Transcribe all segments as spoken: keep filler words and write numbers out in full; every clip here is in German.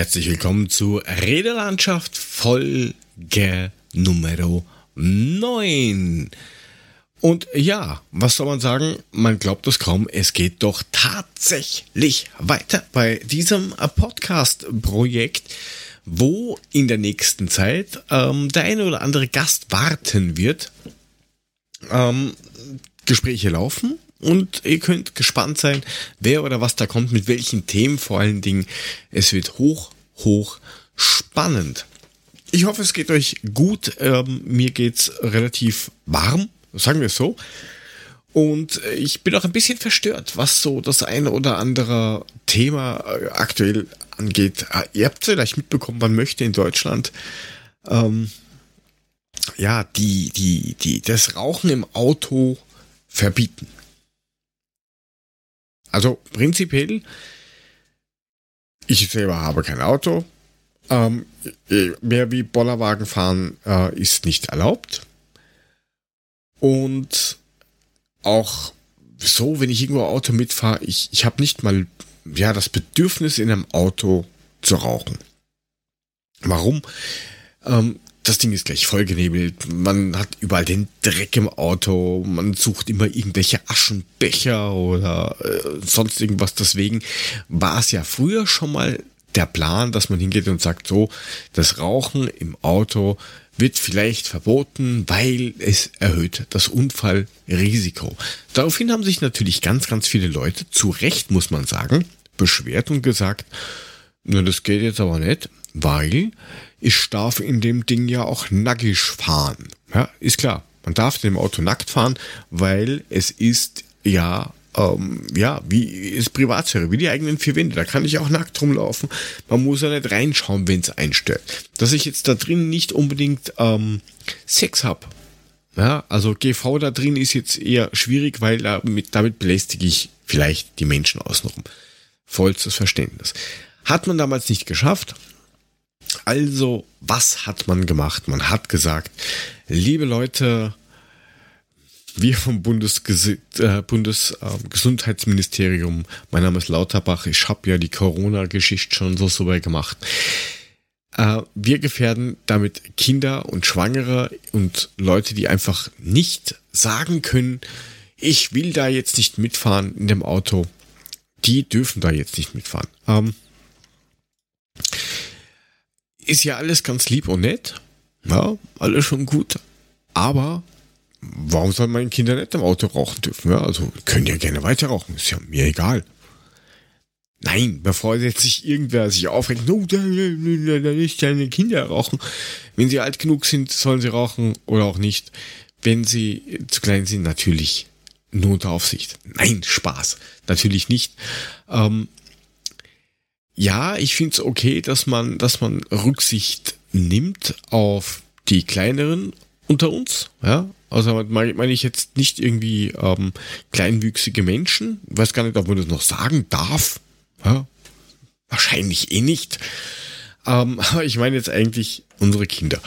Herzlich willkommen zu Redelandschaft Folge Nummer neun. Und ja, was soll man sagen? Man glaubt es kaum, es geht doch tatsächlich weiter bei diesem Podcast-Projekt, wo in der nächsten Zeit ähm, der eine oder andere Gast warten wird. Ähm, Gespräche laufen und ihr könnt gespannt sein, wer oder was da kommt, mit welchen Themen vor allen Dingen. Es wird hoch, hoch spannend. Ich hoffe, es geht euch gut. Ähm, mir geht's relativ warm, sagen wir es so. Und ich bin auch ein bisschen verstört, was so das eine oder andere Thema aktuell angeht. Ihr habt es vielleicht mitbekommen, man möchte in Deutschland ähm, ja die, die, die, das Rauchen im Auto verbieten. Also prinzipiell, ich selber habe kein Auto. Ähm, mehr wie Bollerwagen fahren äh, ist nicht erlaubt. Und auch so, wenn ich irgendwo Auto mitfahre, ich, ich habe nicht mal ja, das Bedürfnis, in einem Auto zu rauchen. Warum? Ähm, das Ding ist gleich vollgenebelt, man hat überall den Dreck im Auto, man sucht immer irgendwelche Aschenbecher oder äh, sonst irgendwas. Deswegen war es ja früher schon mal der Plan, dass man hingeht und sagt, so, das Rauchen im Auto wird vielleicht verboten, weil es erhöht das Unfallrisiko. Daraufhin haben sich natürlich ganz, ganz viele Leute, zu Recht muss man sagen, beschwert und gesagt, na, das geht jetzt aber nicht, weil ich darf in dem Ding ja auch nackig fahren. Ja, ist klar, man darf in dem Auto nackt fahren, weil es ist ja Ähm, ja, wie ist Privatsphäre, wie die eigenen vier Wände, da kann ich auch nackt rumlaufen, man muss ja nicht reinschauen, wenn es einstellt. Dass ich jetzt da drin nicht unbedingt ähm, Sex habe, ja, also G V da drin ist jetzt eher schwierig, weil damit, damit belästige ich vielleicht die Menschen außenrum. Vollstes Verständnis. Hat man damals nicht geschafft, also was hat man gemacht? Man hat gesagt, liebe Leute, wir vom Bundesges- äh, Bundesgesundheitsministerium, äh, mein Name ist Lauterbach, ich habe ja die Corona-Geschichte schon so super gemacht. Äh, wir gefährden damit Kinder und Schwangere und Leute, die einfach nicht sagen können, ich will da jetzt nicht mitfahren in dem Auto. Die dürfen da jetzt nicht mitfahren. Ähm, ist ja alles ganz lieb und nett. Ja, alles schon gut. Aber warum soll meine Kinder nicht im Auto rauchen dürfen? Ja, also können ja gerne weiter rauchen, ist ja mir egal. Nein, bevor jetzt sich irgendwer sich aufregt, no, da, da, da nicht deine Kinder rauchen. Wenn sie alt genug sind, sollen sie rauchen oder auch nicht. Wenn sie zu klein sind, natürlich nur unter Aufsicht. Nein, Spaß, natürlich nicht. Ähm, ja, ich finde es okay, dass man, dass man Rücksicht nimmt auf die kleineren unter uns, ja. Also meine ich jetzt nicht irgendwie ähm, kleinwüchsige Menschen. Ich weiß gar nicht, ob man das noch sagen darf. Ja, wahrscheinlich eh nicht. Ähm, aber ich meine jetzt eigentlich unsere Kinder.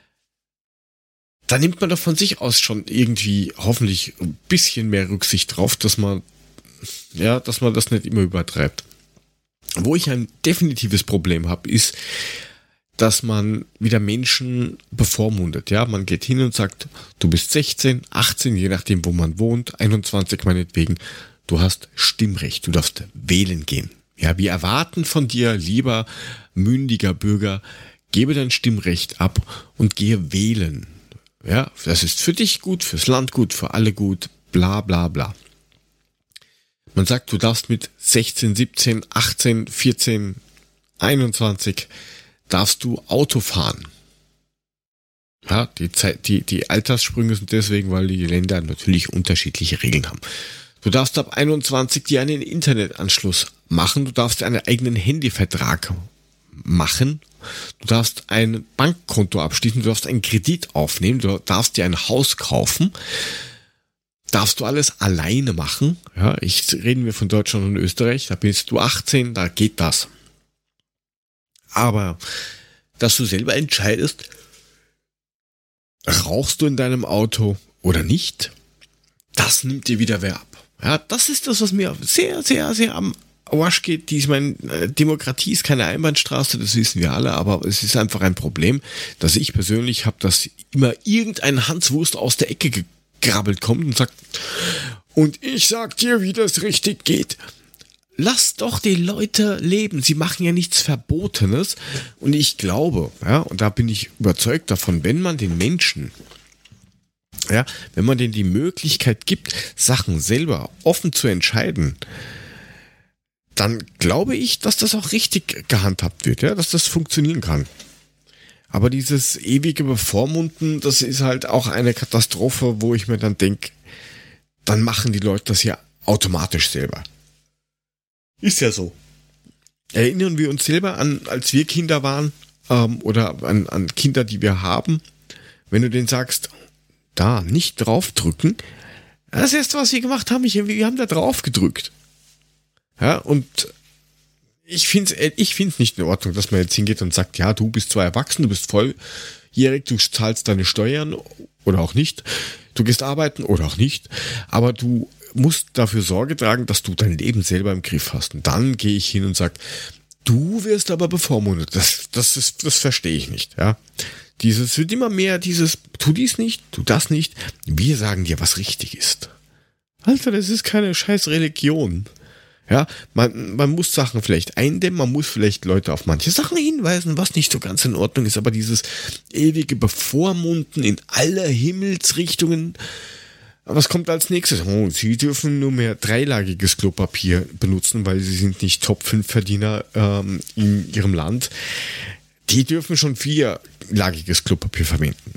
Da nimmt man doch von sich aus schon irgendwie hoffentlich ein bisschen mehr Rücksicht drauf, dass man, ja, dass man das nicht immer übertreibt. Wo ich ein definitives Problem habe, ist, dass man wieder Menschen bevormundet. Ja, man geht hin und sagt, du bist sechzehn, achtzehn, je nachdem, wo man wohnt, einundzwanzig meinetwegen, du hast Stimmrecht, du darfst wählen gehen. Ja, wir erwarten von dir, lieber mündiger Bürger, gebe dein Stimmrecht ab und gehe wählen. Ja, das ist für dich gut, fürs Land gut, für alle gut, bla bla bla. Man sagt, du darfst mit sechzehn, siebzehn, achtzehn, vierzehn, einundzwanzig darfst du Auto fahren. Ja, die Zeit, die, die Alterssprünge sind deswegen, weil die Länder natürlich unterschiedliche Regeln haben. Du darfst ab einundzwanzig dir einen Internetanschluss machen, du darfst einen eigenen Handyvertrag machen, du darfst ein Bankkonto abschließen, du darfst einen Kredit aufnehmen, du darfst dir ein Haus kaufen, darfst du alles alleine machen. Ja, ich reden wir von Deutschland und Österreich, da bist du achtzehn, da geht das. Aber, dass du selber entscheidest, rauchst du in deinem Auto oder nicht, das nimmt dir wieder wer ab. Ja, das ist das, was mir sehr, sehr, sehr am Arsch geht, die, ich meine, Demokratie ist keine Einbahnstraße, das wissen wir alle, aber es ist einfach ein Problem, dass ich persönlich habe, dass immer irgendein Hanswurst aus der Ecke gekrabbelt kommt und sagt, und ich sag dir, wie das richtig geht. Lass doch die Leute leben. Sie machen ja nichts Verbotenes. Und ich glaube, ja, und da bin ich überzeugt davon, wenn man den Menschen, ja, wenn man denen die Möglichkeit gibt, Sachen selber offen zu entscheiden, dann glaube ich, dass das auch richtig gehandhabt wird, ja, dass das funktionieren kann. Aber dieses ewige Bevormunden, das ist halt auch eine Katastrophe, wo ich mir dann denke, dann machen die Leute das ja automatisch selber. Ist ja so. Erinnern wir uns selber an, als wir Kinder waren, ähm, oder an, an Kinder, die wir haben, wenn du denen sagst, da, nicht draufdrücken, das erste, was wir gemacht haben, ich, wir haben da drauf gedrückt. Ja, und ich finde es ich find's nicht in Ordnung, dass man jetzt hingeht und sagt, ja, du bist zwar erwachsen, du bist volljährig, du zahlst deine Steuern oder auch nicht, du gehst arbeiten oder auch nicht, aber du musst dafür Sorge tragen, dass du dein Leben selber im Griff hast. Und dann gehe ich hin und sage, du wirst aber bevormundet. Das, das, ist, das verstehe ich nicht. Ja, dieses wird immer mehr, dieses, tu dies nicht, tu das nicht. Wir sagen dir, was richtig ist. Alter, das ist keine scheiß Religion. Ja, man, man muss Sachen vielleicht eindämmen, man muss vielleicht Leute auf manche Sachen hinweisen, was nicht so ganz in Ordnung ist, aber dieses ewige Bevormunden in alle Himmelsrichtungen. Was kommt als nächstes? Oh, sie dürfen nur mehr dreilagiges Klopapier benutzen, weil sie sind nicht Top fünf Verdiener ähm, in ihrem Land. Die dürfen schon vierlagiges Klopapier verwenden.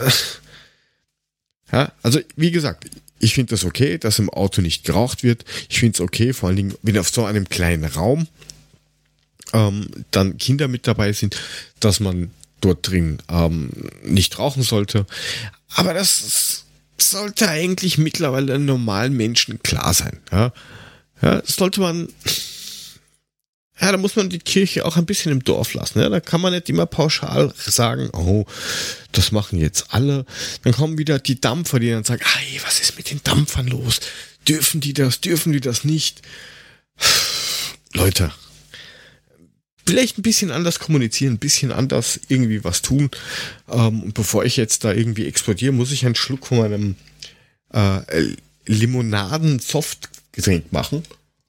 Ja, also wie gesagt, ich finde das okay, dass im Auto nicht geraucht wird. Ich finde es okay, vor allen Dingen, wenn auf so einem kleinen Raum ähm, dann Kinder mit dabei sind, dass man dort drin ähm, nicht rauchen sollte. Aber das sollte eigentlich mittlerweile normalen Menschen klar sein. Ja, ja, das sollte man, ja, da muss man die Kirche auch ein bisschen im Dorf lassen. Ja, da kann man nicht immer pauschal sagen, oh, das machen jetzt alle. Dann kommen wieder die Dampfer, die dann sagen, hey, was ist mit den Dampfern los? Dürfen die das, dürfen die das nicht? Leute, vielleicht ein bisschen anders kommunizieren, ein bisschen anders irgendwie was tun. Ähm, und bevor ich jetzt da irgendwie explodiere, muss ich einen Schluck von meinem äh, Limonaden-Softgetränk machen.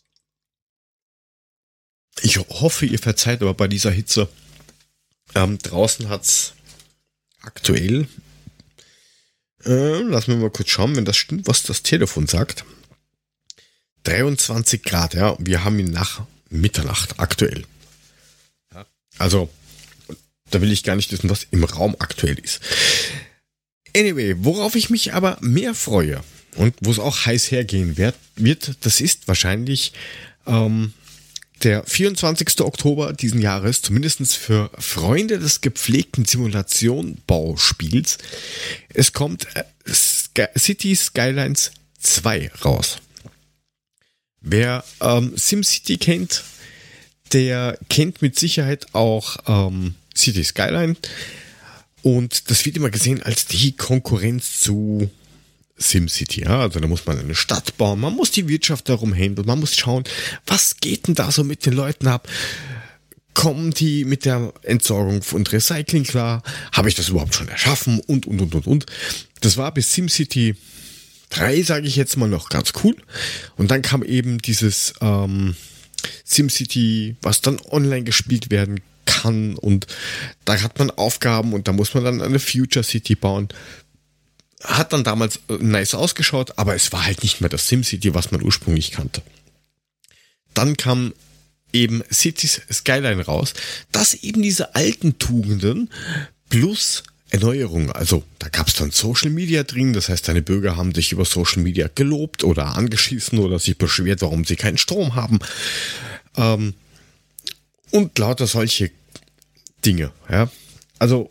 Ich hoffe, ihr verzeiht, aber bei dieser Hitze ähm, draußen hat's aktuell, äh, lassen wir mal kurz schauen, wenn das stimmt, was das Telefon sagt. dreiundzwanzig Grad, ja, wir haben ihn nach Mitternacht aktuell. Also, da will ich gar nicht wissen, was im Raum aktuell ist. Anyway, worauf ich mich aber mehr freue und wo es auch heiß hergehen wird, wird das ist wahrscheinlich ähm, der vierundzwanzigster Oktober diesen Jahres, zumindest für Freunde des gepflegten Simulation-Bauspiels. Es kommt äh, Sky- Cities Skylines zwei raus. Wer ähm, SimCity kennt, der kennt mit Sicherheit auch ähm, City Skyline und das wird immer gesehen als die Konkurrenz zu SimCity. Ja? Also da muss man eine Stadt bauen, man muss die Wirtschaft darum handeln, man muss schauen, was geht denn da so mit den Leuten ab? Kommen die mit der Entsorgung und Recycling klar? Habe ich das überhaupt schon erschaffen? Und, und, und, und, und. Das war bis SimCity drei, sage ich jetzt mal, noch ganz cool. Und dann kam eben dieses ähm, SimCity, was dann online gespielt werden kann und da hat man Aufgaben und da muss man dann eine Future City bauen. Hat dann damals nice ausgeschaut, aber es war halt nicht mehr das SimCity, was man ursprünglich kannte. Dann kam eben Cities Skyline raus, das eben diese alten Tugenden plus Erneuerung, also da gab es dann Social Media drin, das heißt, deine Bürger haben sich über Social Media gelobt oder angeschissen oder sich beschwert, warum sie keinen Strom haben. Ähm, und lauter solche Dinge. Ja. Also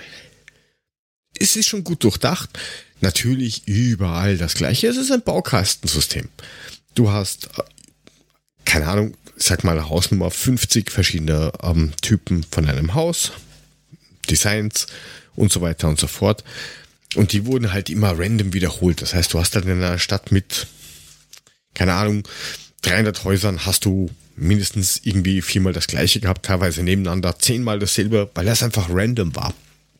es ist schon gut durchdacht. Natürlich überall das Gleiche. Es ist ein Baukastensystem. Du hast, keine Ahnung, sag mal Hausnummer fünfzig verschiedene ähm, Typen von einem Haus, Designs und so weiter und so fort. Und die wurden halt immer random wiederholt. Das heißt, du hast dann in einer Stadt mit, keine Ahnung, dreihundert Häusern hast du mindestens irgendwie viermal das gleiche gehabt, teilweise nebeneinander, zehnmal dasselbe, weil das einfach random war.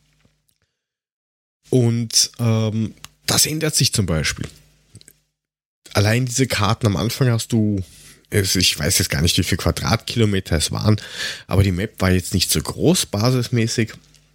Und ähm, das ändert sich zum Beispiel. Allein diese Karten am Anfang hast du, ich weiß jetzt gar nicht, wie viele Quadratkilometer es waren, aber die Map war jetzt nicht so groß, basismäßig.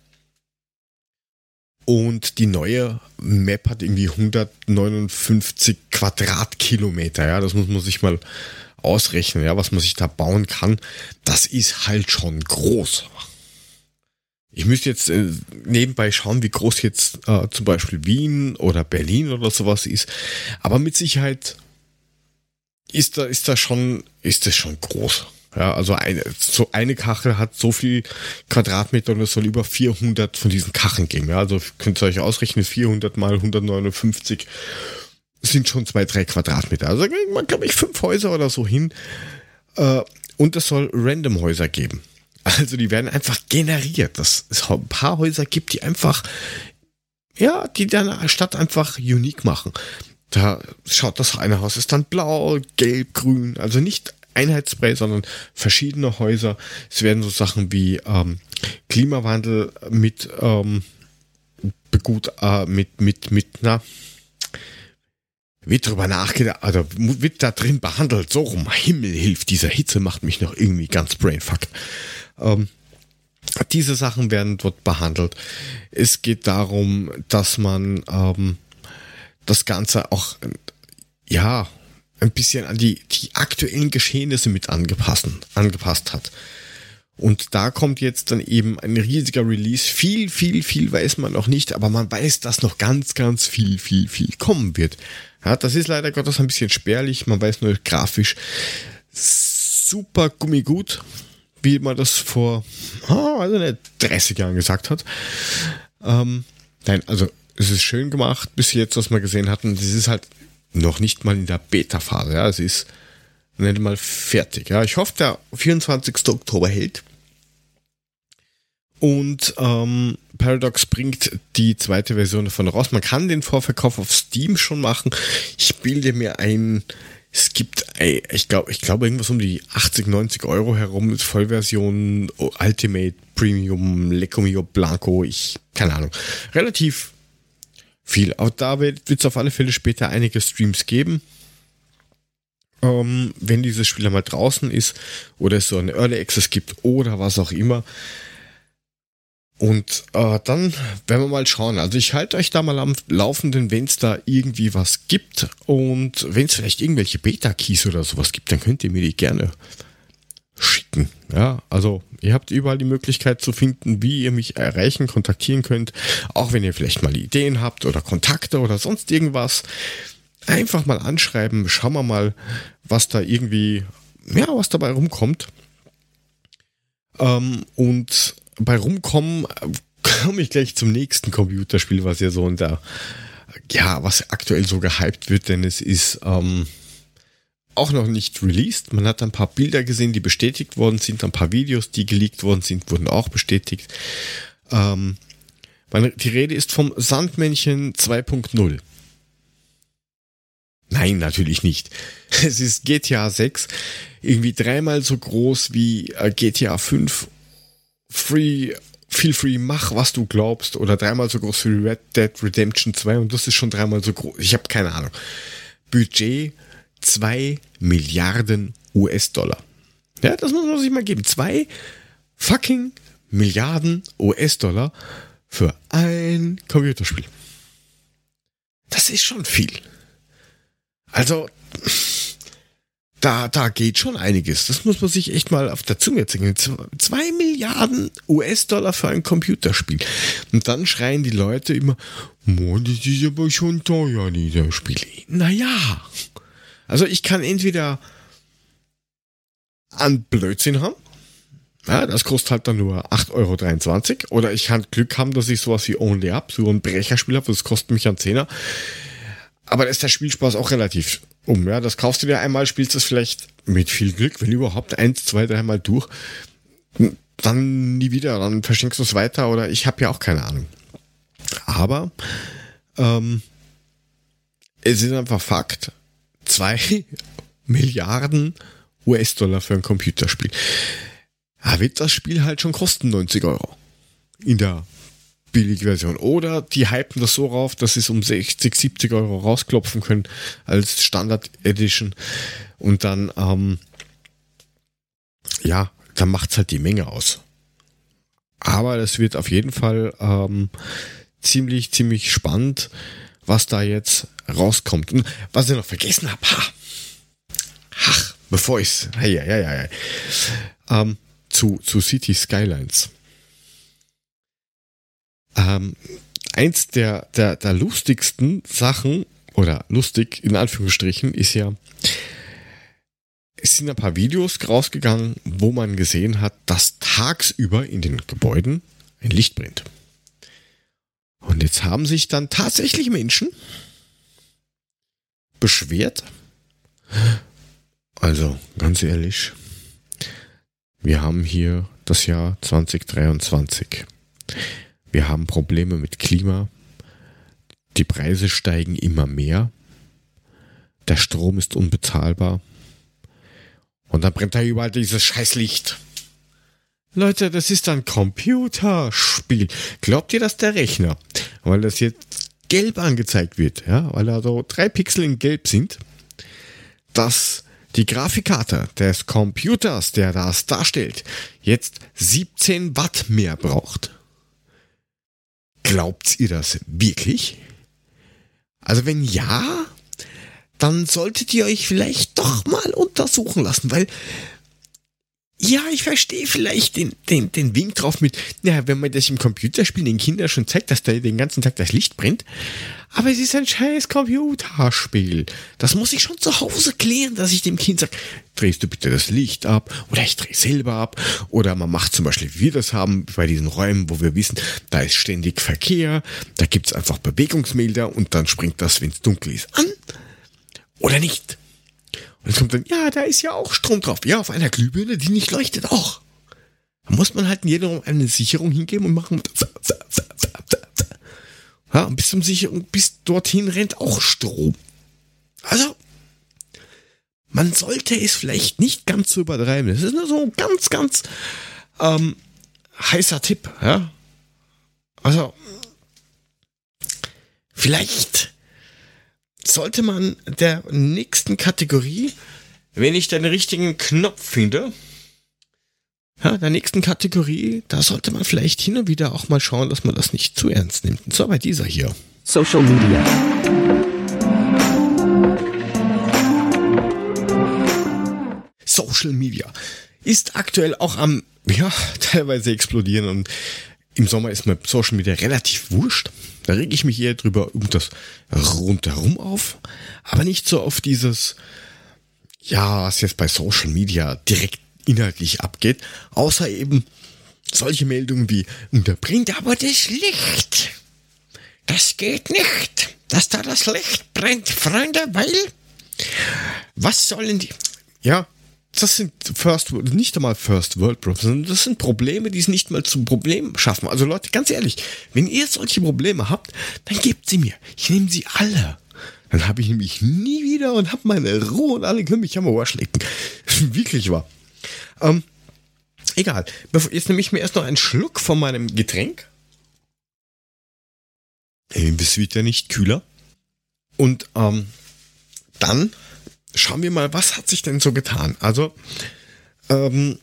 Und die neue Map hat irgendwie hundertneunundfünfzig Quadratkilometer. Ja, das muss man sich mal ausrechnen, ja, was man sich da bauen kann. Das ist halt schon groß. Ich müsste jetzt äh, nebenbei schauen, wie groß jetzt äh, zum Beispiel Wien oder Berlin oder sowas ist. Aber mit Sicherheit ist da, ist da schon, ist das schon groß. Ja, also eine, so eine Kachel hat so viel Quadratmeter und es soll über vierhundert von diesen Kacheln geben. Ja, also könnt ihr euch ausrechnen, vierhundert mal hundertneunundfünfzig sind schon zwei, drei Quadratmeter. Also man glaube ich fünf Häuser oder so hin. Äh, und es soll Random Häuser geben. Also die werden einfach generiert, dass es ein paar Häuser gibt, die einfach, ja, die deine Stadt einfach unique machen. Da schaut das eine Haus ist dann blau, gelb, grün, also nicht Einheitsspray, sondern verschiedene Häuser. Es werden so Sachen wie ähm, Klimawandel mit ähm, begut, äh, mit, mit, mit, na, wird drüber nachgedacht, also wird da drin behandelt, so rum, Himmel hilft, diese Hitze macht mich noch irgendwie ganz brainfucked. Ähm, diese Sachen werden dort behandelt. Es geht darum, dass man ähm, das Ganze auch, ja, ein bisschen an die, die aktuellen Geschehnisse mit angepasst, angepasst hat. Und da kommt jetzt dann eben ein riesiger Release. Viel, viel, viel weiß man noch nicht, aber man weiß, dass noch ganz, ganz viel, viel, viel kommen wird. Ja, das ist leider Gottes ein bisschen spärlich. Man weiß nur grafisch super gummigut, wie man das vor, oh, also nicht dreißig Jahren gesagt hat. Ähm, nein, also es ist schön gemacht, bis jetzt, was wir gesehen hatten. Es ist halt noch nicht mal in der Beta-Phase. Ja, es ist nicht mal fertig. Ja, ich hoffe, der vierundzwanzigsten Oktober hält. Und ähm, Paradox bringt die zweite Version davon raus. Man kann den Vorverkauf auf Steam schon machen. Ich bilde mir ein, es gibt, ich glaube, ich glaube irgendwas um die achtzig, neunzig Euro herum mit Vollversion, Ultimate, Premium, Lecomio, Blanco, ich, keine Ahnung. Relativ viel. Auch da wird es auf alle Fälle später einige Streams geben. Ähm, wenn dieses Spiel einmal draußen ist oder es so eine Early Access gibt oder was auch immer. Und äh, dann werden wir mal schauen. Also ich halte euch da mal am Laufenden, wenn es da irgendwie was gibt. Und wenn es vielleicht irgendwelche Beta-Keys oder sowas gibt, dann könnt ihr mir die gerne schicken. Ja, also ihr habt überall die Möglichkeit zu finden, wie ihr mich erreichen, kontaktieren könnt. Auch wenn ihr vielleicht mal Ideen habt oder Kontakte oder sonst irgendwas. Einfach mal anschreiben. Schauen wir mal, was da irgendwie, ja, was dabei rumkommt. Ähm, und bei rumkommen komme ich gleich zum nächsten Computerspiel, was ja so in der, ja, was aktuell so gehypt wird, denn es ist ähm, auch noch nicht released. Man hat ein paar Bilder gesehen, die bestätigt worden sind, ein paar Videos, die geleakt worden sind, wurden auch bestätigt. Ähm, meine, die Rede ist vom Sandmännchen zwei Punkt null. Nein, natürlich nicht. Es ist G T A sechs, irgendwie dreimal so groß wie äh, G T A fünf. Free, feel free, mach was du glaubst, oder dreimal so groß wie Red Dead Redemption zwei und das ist schon dreimal so groß. Ich habe keine Ahnung. Budget zwei Milliarden U S-Dollar. Ja, das muss man sich mal geben. zwei fucking Milliarden U S-Dollar für ein Computerspiel. Das ist schon viel. Also, da, da geht schon einiges. Das muss man sich echt mal auf der Zunge zeigen. Zwei Milliarden U S-Dollar für ein Computerspiel. Und dann schreien die Leute immer, Mann, das ist aber schon teuer, dieser Spiel. Naja. Also ich kann entweder an Blödsinn haben, ja, das kostet halt dann nur acht Euro dreiundzwanzig, oder ich kann Glück haben, dass ich sowas wie Only Up, so ein Brecherspiel habe, das kostet mich einen Zehner. Aber da ist der Spielspaß auch relativ um. Ja, das kaufst du dir einmal, spielst es vielleicht mit viel Glück, wenn überhaupt eins, zwei, dreimal durch, dann nie wieder, dann verschenkst du es weiter oder ich habe ja auch keine Ahnung. Aber ähm, es ist einfach Fakt, zwei Milliarden U S-Dollar für ein Computerspiel. Da wird das Spiel halt schon kosten neunzig Euro. In der Billigversion. Oder die hypen das so rauf, dass sie es um sechzig, siebzig Euro rausklopfen können als Standard Edition. Und dann, ähm, ja, dann macht es halt die Menge aus. Aber das wird auf jeden Fall ähm, ziemlich, ziemlich spannend, was da jetzt rauskommt. Und was ich noch vergessen habe, ha, ach, bevor ich es, ja, ja, ja, ja, ähm, zu, zu City Skylines. Ähm, eins der, der, der lustigsten Sachen, oder lustig in Anführungsstrichen, ist ja, es sind ein paar Videos rausgegangen, wo man gesehen hat, dass tagsüber in den Gebäuden ein Licht brennt. Und jetzt haben sich dann tatsächlich Menschen beschwert. Also, ganz ehrlich, wir haben hier das Jahr zwanzig dreiundzwanzig. Wir haben Probleme mit Klima. Die Preise steigen immer mehr. Der Strom ist unbezahlbar. Und dann brennt da überall dieses Scheißlicht. Leute, das ist ein Computerspiel. Glaubt ihr, dass der Rechner, weil das jetzt gelb angezeigt wird, ja, weil da so drei Pixel in gelb sind, dass die Grafikkarte des Computers, der das darstellt, jetzt siebzehn Watt mehr braucht? Glaubt ihr das wirklich? Also wenn ja, dann solltet ihr euch vielleicht doch mal untersuchen lassen, weil ja, ich verstehe vielleicht den, den, den Wink drauf mit, ja, wenn man das im Computerspiel den Kindern schon zeigt, dass da den ganzen Tag das Licht brennt, aber es ist ein scheiß Computerspiel. Das muss ich schon zu Hause klären, dass ich dem Kind sage, drehst du bitte das Licht ab oder ich drehe selber ab oder man macht zum Beispiel, wie wir das haben, bei diesen Räumen, wo wir wissen, da ist ständig Verkehr, da gibt es einfach Bewegungsmelder und dann springt das, wenn es dunkel ist, an oder nicht. Und es kommt dann, ja, da ist ja auch Strom drauf. Ja, auf einer Glühbirne, die nicht leuchtet, auch. Da muss man halt in jedem Raum eine Sicherung hingeben und machen. Ja, und bis zum Sicherung, bis dorthin rennt auch Strom. Also, man sollte es vielleicht nicht ganz so übertreiben. Das ist nur so ein ganz, ganz ähm, heißer Tipp. Ja? Also, vielleicht sollte man der nächsten Kategorie, wenn ich den richtigen Knopf finde, ja, der nächsten Kategorie, da sollte man vielleicht hin und wieder auch mal schauen, dass man das nicht zu ernst nimmt. Und zwar bei dieser hier. Social Media. Social Media ist aktuell auch am, ja, teilweise explodieren und im Sommer ist mir Social Media relativ wurscht. Da rege ich mich eher drüber um das rundherum auf, aber nicht so auf dieses, ja, was jetzt bei Social Media direkt inhaltlich abgeht, außer eben solche Meldungen wie, und da brennt aber das Licht. Das geht nicht, dass da das Licht brennt, Freunde, weil, was sollen die, ja, das sind First World, nicht einmal First World Problems, sondern das sind Probleme, die es nicht mal zum Problem schaffen. Also Leute, ganz ehrlich, wenn ihr solche Probleme habt, dann gebt sie mir. Ich nehme sie alle. Dann habe ich nämlich nie wieder und habe meine Ruhe und alle können mich am Ohr schlecken. Wirklich wahr. Ähm, egal. Jetzt nehme ich mir erst noch einen Schluck von meinem Getränk. Es wird ja nicht kühler. Und ähm, dann schauen wir mal, was hat sich denn so getan? Also, ähm,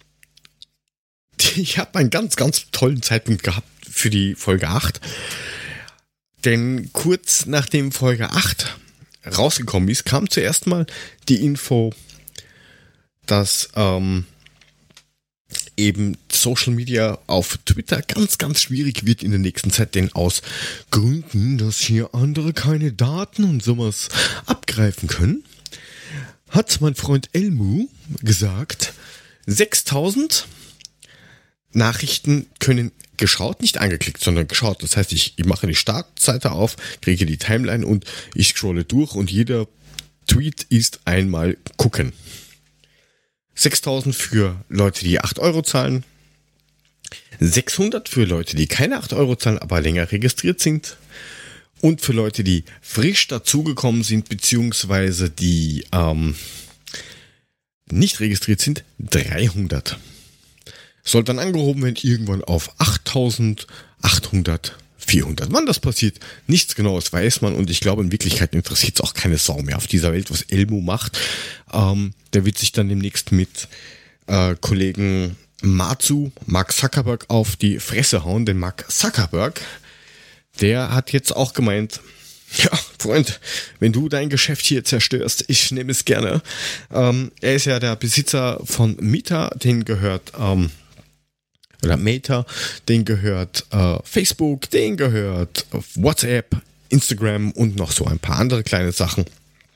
ich habe einen ganz, ganz tollen Zeitpunkt gehabt für die Folge acht. Denn kurz nachdem Folge acht rausgekommen ist, kam zuerst mal die Info, dass ähm, eben Social Media auf Twitter ganz, ganz schwierig wird in der nächsten Zeit, denn aus Gründen, dass hier andere keine Daten und sowas abgreifen können, hat mein Freund Elmu gesagt, sechstausend Nachrichten können geschaut, nicht angeklickt, sondern geschaut. Das heißt, ich, ich mache die Startseite auf, kriege die Timeline und ich scrolle durch und jeder Tweet ist einmal gucken. sechstausend für Leute, die acht Euro zahlen, sechshundert für Leute, die keine acht Euro zahlen, aber länger registriert sind. Und für Leute, die frisch dazugekommen sind, beziehungsweise die ähm, nicht registriert sind, dreihundert. Soll dann angehoben werden irgendwann auf achttausendachthundert, vierhundert. Wann das passiert, nichts Genaues weiß man und ich glaube, in Wirklichkeit interessiert es auch keine Sau mehr auf dieser Welt, was Elmo macht. Ähm, der wird sich dann demnächst mit äh, Kollegen Matsu, Mark Zuckerberg, auf die Fresse hauen, denn Mark Zuckerberg, der hat jetzt auch gemeint, ja, Freund, wenn du dein Geschäft hier zerstörst, ich nehme es gerne. Ähm, er ist ja der Besitzer von Meta, den gehört, ähm, oder Meta, den gehört äh, Facebook, den gehört WhatsApp, Instagram und noch so ein paar andere kleine Sachen.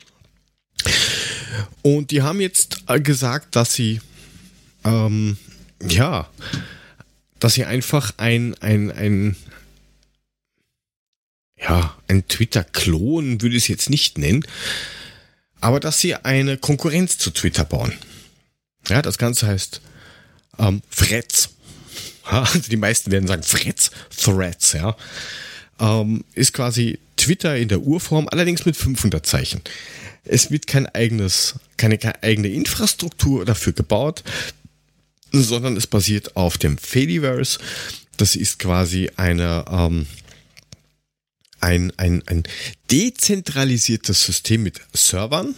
Und die haben jetzt äh, gesagt, dass sie, ähm, ja, dass sie einfach ein, ein, ein, ja, ein Twitter-Klon, würde ich es jetzt nicht nennen, aber dass sie eine Konkurrenz zu Twitter bauen. Ja, das Ganze heißt ähm, Threads. Ja, also die meisten werden sagen Threads, Threads, ja. Ähm, ist quasi Twitter in der Urform, allerdings mit fünfhundert Zeichen. Es wird kein eigenes, keine, keine eigene Infrastruktur dafür gebaut, sondern es basiert auf dem Fediverse. Das ist quasi eine, ähm, ein, ein, ein dezentralisiertes System mit Servern,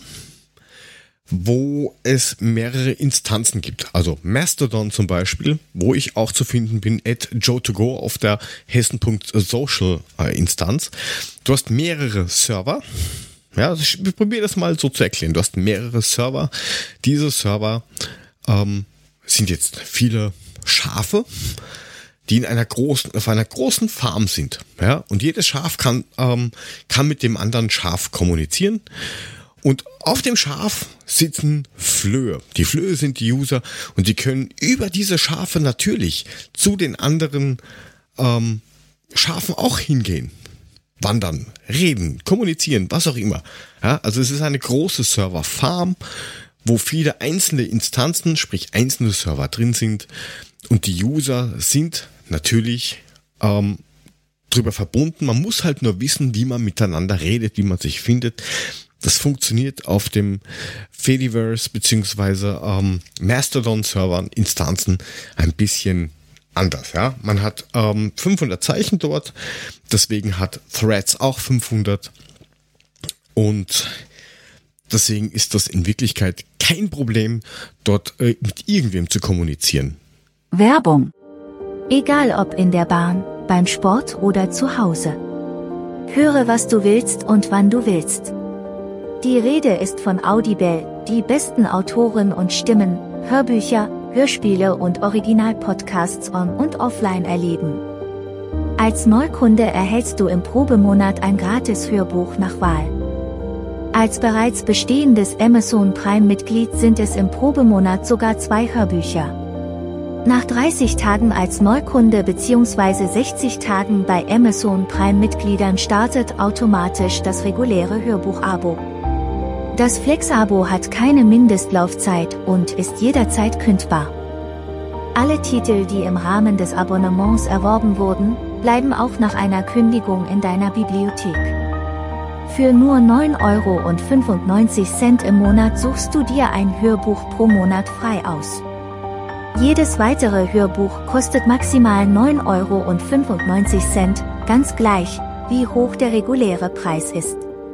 wo es mehrere Instanzen gibt. Also Mastodon zum Beispiel, wo ich auch zu finden bin, at joe to go auf der hessen punkt social Instanz. Du hast mehrere Server. Ja, also ich probiere das mal so zu erklären. Du hast mehrere Server. Diese Server ähm, sind jetzt viele Schafe, die in einer großen, auf einer großen Farm sind. Ja, und jedes Schaf kann, ähm, kann mit dem anderen Schaf kommunizieren. Und auf dem Schaf sitzen Flöhe. Die Flöhe sind die User und die können über diese Schafe natürlich zu den anderen ähm, Schafen auch hingehen. Wandern, reden, kommunizieren, was auch immer. Ja, also es ist eine große Serverfarm, wo viele einzelne Instanzen, sprich einzelne Server drin sind. Und die User sind natürlich ähm, drüber verbunden. Man muss halt nur wissen, wie man miteinander redet, wie man sich findet. Das funktioniert auf dem Fediverse beziehungsweise ähm, Mastodon-Servern, Instanzen ein bisschen anders. Ja, man hat ähm, fünfhundert Zeichen dort, deswegen hat Threads auch fünfhundert und deswegen ist das in Wirklichkeit kein Problem, dort äh, mit irgendwem zu kommunizieren. Werbung. Egal ob in der Bahn, beim Sport oder zu Hause. Höre, was du willst und wann du willst. Die Rede ist von Audible, die besten Autoren und Stimmen, Hörbücher, Hörspiele und Original-Podcasts on- und offline erleben. Als Neukunde erhältst du im Probemonat ein Gratis-Hörbuch nach Wahl. Als bereits bestehendes Amazon Prime-Mitglied sind es im Probemonat sogar zwei Hörbücher. Nach dreißig Tagen als Neukunde bzw. sechzig Tagen bei Amazon Prime-Mitgliedern startet automatisch das reguläre Hörbuch-Abo. Das Flex-Abo hat keine Mindestlaufzeit und ist jederzeit kündbar. Alle Titel, die im Rahmen des Abonnements erworben wurden, bleiben auch nach einer Kündigung in deiner Bibliothek. Für nur neun Euro fünfundneunzig im Monat suchst du dir ein Hörbuch pro Monat frei aus. Jedes weitere Hörbuch kostet maximal neun Euro fünfundneunzig, ganz gleich, wie hoch der reguläre Preis ist.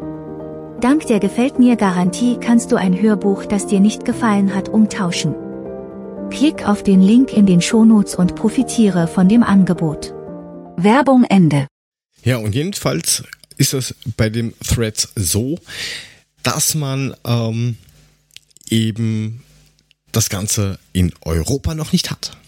Dank der Gefällt-mir-Garantie kannst du ein Hörbuch, das dir nicht gefallen hat, umtauschen. Klick auf den Link in den Shownotes und profitiere von dem Angebot. Werbung Ende. Ja, und jedenfalls ist es bei den Threads so, dass man ähm, eben das Ganze in Europa noch nicht hat.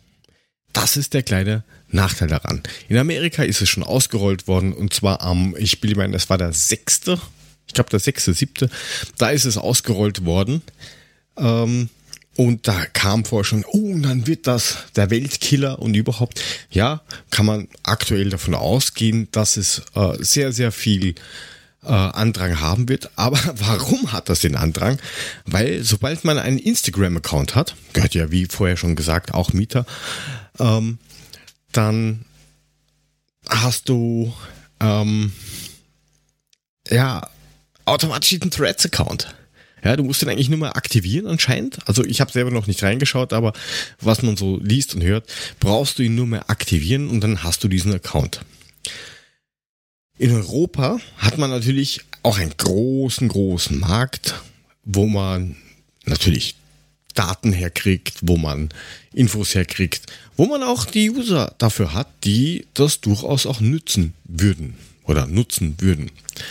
Das ist der kleine Nachteil daran. In Amerika ist es schon ausgerollt worden und zwar am, ich will meinen, das war der sechste Ich glaube, der sechste, siebte Da ist es ausgerollt worden. Ähm, und da kam vorher schon, oh, dann wird das der Weltkiller und überhaupt. Ja, kann man aktuell davon ausgehen, dass es äh, sehr, sehr viel äh, Andrang haben wird. Aber warum hat das den Andrang? Weil sobald man einen Instagram-Account hat, gehört ja wie vorher schon gesagt auch Meta, ähm, dann hast du ähm, ja automatisch einen Threads-Account. Ja, du musst den eigentlich nur mal aktivieren anscheinend. Also ich habe selber noch nicht reingeschaut, aber was man so liest und hört, brauchst du ihn nur mal aktivieren und dann hast du diesen Account. In Europa hat man natürlich auch einen großen, großen Markt, wo man natürlich Daten herkriegt, wo man Infos herkriegt, wo man auch die User dafür hat, die das durchaus auch nützen würden oder nutzen würden.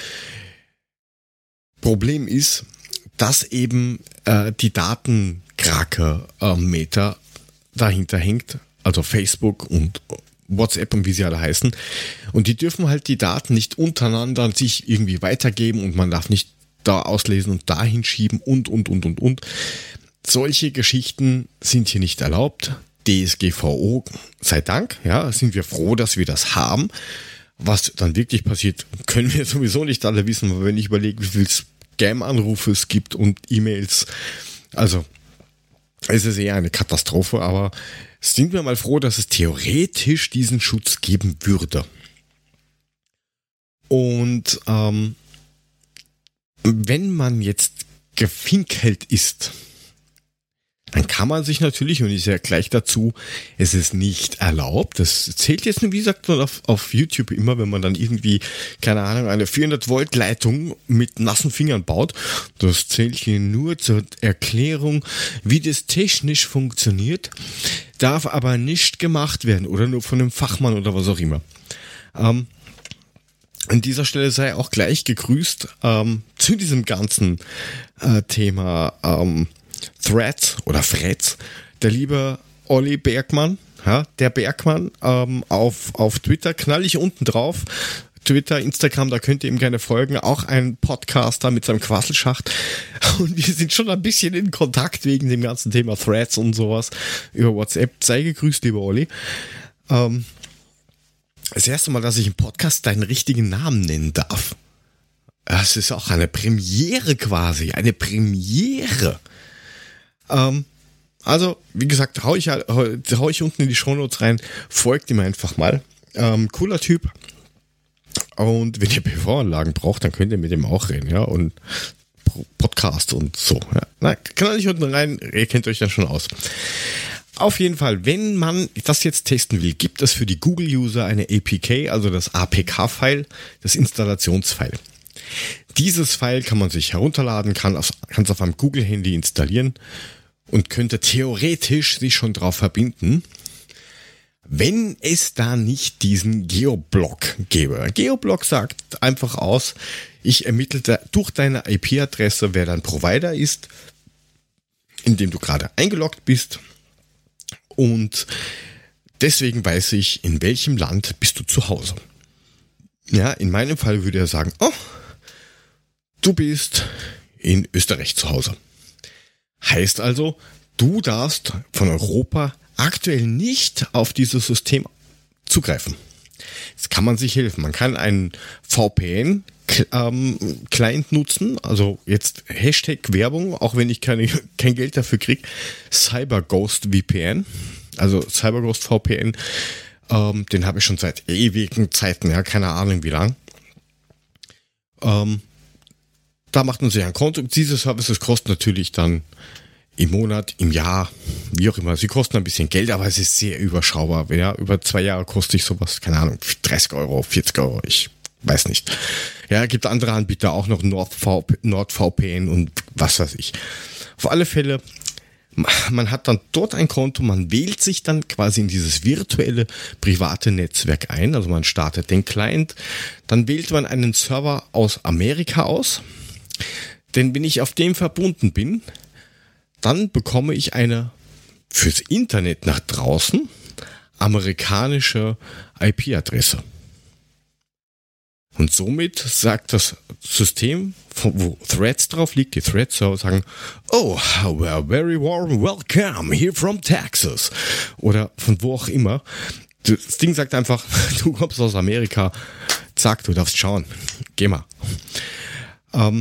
Problem ist, dass eben äh, die Datenkraker-Meter äh, dahinter hängt, also Facebook und WhatsApp und wie sie alle heißen. Und die dürfen halt die Daten nicht untereinander sich irgendwie weitergeben und man darf nicht da auslesen und dahin schieben und, und, und, und, und. Solche Geschichten sind hier nicht erlaubt. D S G V O, sei Dank, ja, sind wir froh, dass wir das haben. Was dann wirklich passiert, können wir sowieso nicht alle wissen, weil wenn ich überlege, wie viel Scam-Anrufe es gibt und E-Mails, also es ist eher eine Katastrophe, aber sind wir mal froh, dass es theoretisch diesen Schutz geben würde. Und ähm, wenn man jetzt gefinkelt ist, dann kann man sich natürlich, und ich sage gleich dazu, es ist nicht erlaubt. Das zählt jetzt, wie gesagt, auf, auf YouTube immer, wenn man dann irgendwie, keine Ahnung, eine vierhundert Volt Leitung mit nassen Fingern baut. Das zählt hier nur zur Erklärung, wie das technisch funktioniert, darf aber nicht gemacht werden oder nur von einem Fachmann oder was auch immer. Ähm, an dieser Stelle sei auch gleich gegrüßt ähm, zu diesem ganzen äh, Thema ähm, Threads oder Threads, der liebe Olli Bergmann, ja, der Bergmann ähm, auf, auf Twitter, knall ich unten drauf, Twitter, Instagram, da könnt ihr ihm gerne folgen, auch ein Podcaster mit seinem Quasselschacht und wir sind schon ein bisschen in Kontakt wegen dem ganzen Thema Threads und sowas über WhatsApp. Sei gegrüßt, lieber Olli. Ähm, das erste Mal, dass ich im Podcast deinen richtigen Namen nennen darf. Das ist auch eine Premiere quasi, eine Premiere. Ähm, also, wie gesagt, hau ich, hau ich unten in die Shownotes rein, folgt ihm einfach mal. Ähm, cooler Typ. Und wenn ihr P V-Anlagen braucht, dann könnt ihr mit ihm auch reden, ja, und Podcast und so. Ja. Na, kann ich unten rein, ihr kennt euch dann schon aus. Auf jeden Fall, wenn man das jetzt testen will, gibt es für die Google-User eine A P K, also das A P K-File, das Installationsfile. Dieses File kann man sich herunterladen, kann es auf einem Google-Handy installieren und könnte theoretisch sich schon drauf verbinden, wenn es da nicht diesen Geoblock gäbe. Geoblock sagt einfach aus, ich ermittle durch deine I P-Adresse, wer dein Provider ist, in dem du gerade eingeloggt bist, und deswegen weiß ich, in welchem Land bist du zu Hause. Ja, in meinem Fall würde er sagen, oh, du bist in Österreich zu Hause. Heißt also, du darfst von Europa aktuell nicht auf dieses System zugreifen. Jetzt kann man sich helfen. Man kann einen V P N-Client nutzen, also jetzt Hashtag Werbung, auch wenn ich keine, kein Geld dafür kriege, CyberGhost V P N, also CyberGhost V P N, ähm, den habe ich schon seit ewigen Zeiten, ja, keine Ahnung wie lang. Ähm, Da macht man sich ein Konto. Diese Services kosten natürlich dann im Monat, im Jahr, wie auch immer. Sie kosten ein bisschen Geld, aber es ist sehr überschaubar. Ja, über zwei Jahre kostet ich sowas, keine Ahnung, dreißig Euro, vierzig Euro, ich weiß nicht. Ja, gibt andere Anbieter auch noch, NordVPN und was weiß ich. Auf alle Fälle, man hat dann dort ein Konto, man wählt sich dann quasi in dieses virtuelle private Netzwerk ein. Also man startet den Client, dann wählt man einen Server aus Amerika aus. Denn wenn ich auf dem verbunden bin, dann bekomme ich eine fürs Internet nach draußen amerikanische I P-Adresse. Und somit sagt das System, wo Threads drauf liegt, die Thread-Server sagen, oh, well, very warm welcome here from Texas. Oder von wo auch immer. Das Ding sagt einfach, du kommst aus Amerika, zack, du darfst schauen. Geh mal. Ähm,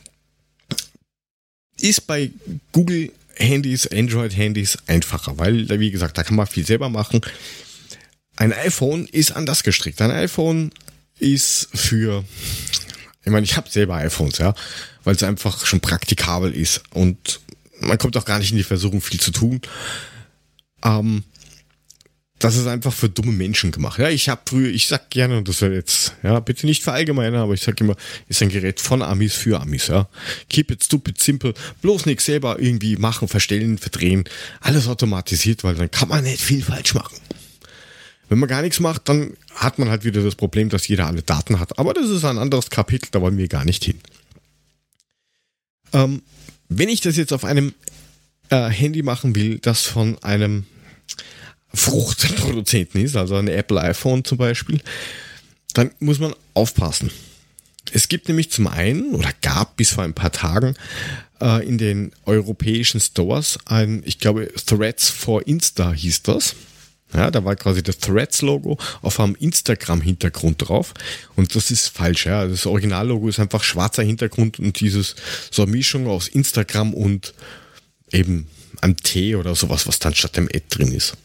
ist bei Google-Handys, Android-Handys einfacher, weil, wie gesagt, da kann man viel selber machen. Ein iPhone ist anders gestrickt. Ein iPhone ist für Ich meine, ich habe selber iPhones, ja, weil es einfach schon praktikabel ist und man kommt auch gar nicht in die Versuchung, viel zu tun. Ähm, das ist einfach für dumme Menschen gemacht. Ja, ich habe früher, ich sag gerne, und das soll jetzt, ja, bitte nicht verallgemeinern, aber ich sag immer, ist ein Gerät von Amis für Amis, ja. Keep it stupid simple, bloß nichts selber irgendwie machen, verstellen, verdrehen, alles automatisiert, weil dann kann man nicht viel falsch machen. Wenn man gar nichts macht, dann hat man halt wieder das Problem, dass jeder alle Daten hat. Aber das ist ein anderes Kapitel, da wollen wir gar nicht hin. Ähm, wenn ich das jetzt auf einem äh, Handy machen will, das von einem Fruchtproduzenten ist, also ein Apple iPhone zum Beispiel, dann muss man aufpassen. Es gibt nämlich zum einen, oder gab bis vor ein paar Tagen, äh, in den europäischen Stores ein, ich glaube, Threads for Insta hieß das. Ja, da war quasi das Threads-Logo auf einem Instagram-Hintergrund drauf. Und das ist falsch, ja. Das Original-Logo ist einfach schwarzer Hintergrund und dieses, so eine Mischung aus Instagram und eben einem T oder sowas, was dann statt dem Ad drin ist.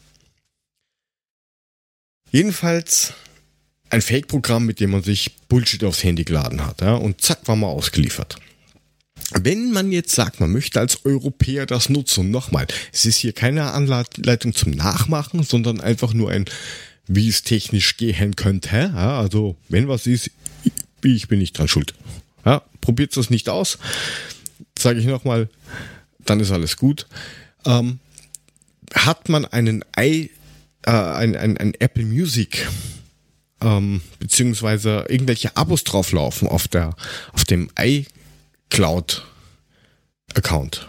Jedenfalls ein Fake-Programm, mit dem man sich Bullshit aufs Handy geladen hat, ja. Und zack, war man ausgeliefert. Wenn man jetzt sagt, man möchte als Europäer das nutzen, und nochmal, es ist hier keine Anleitung zum Nachmachen, sondern einfach nur ein, wie es technisch gehen könnte. Ja, also, wenn was ist, ich bin nicht dran schuld. Ja, probiert das nicht aus, sage ich nochmal, dann ist alles gut. Ähm, hat man einen i, äh, ein, ein, ein Apple Music, ähm, beziehungsweise irgendwelche Abos drauflaufen auf der, auf dem i Cloud-Account.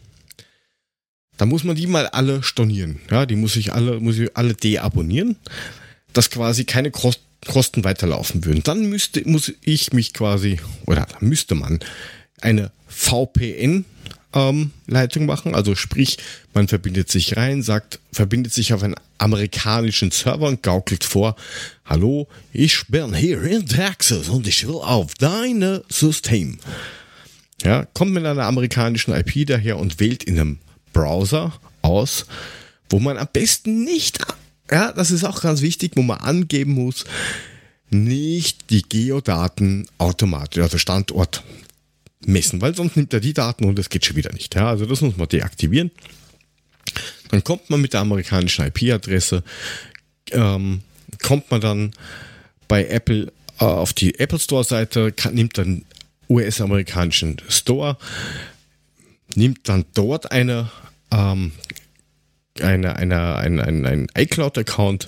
Da muss man die mal alle stornieren. Ja, die muss ich alle, muss ich alle deabonnieren, dass quasi keine Kosten weiterlaufen würden. Dann müsste, muss ich mich quasi, oder müsste man eine V P N-Leitung ähm, machen. Also sprich, man verbindet sich rein, sagt, verbindet sich auf einen amerikanischen Server und gaukelt vor, hallo, ich bin hier in Texas und ich will auf deine System. Ja, kommt mit einer amerikanischen I P daher und wählt in einem Browser aus, wo man am besten nicht, ja, das ist auch ganz wichtig, wo man angeben muss, nicht die Geodaten automatisch, also Standort messen, weil sonst nimmt er die Daten und das geht schon wieder nicht. Ja, also das muss man deaktivieren. Dann kommt man mit der amerikanischen I P-Adresse, ähm, kommt man dann bei Apple äh, auf die Apple Store-Seite, kann, nimmt dann U S-amerikanischen Store, nimmt dann dort eine, ähm, eine, eine, ein, ein, ein iCloud-Account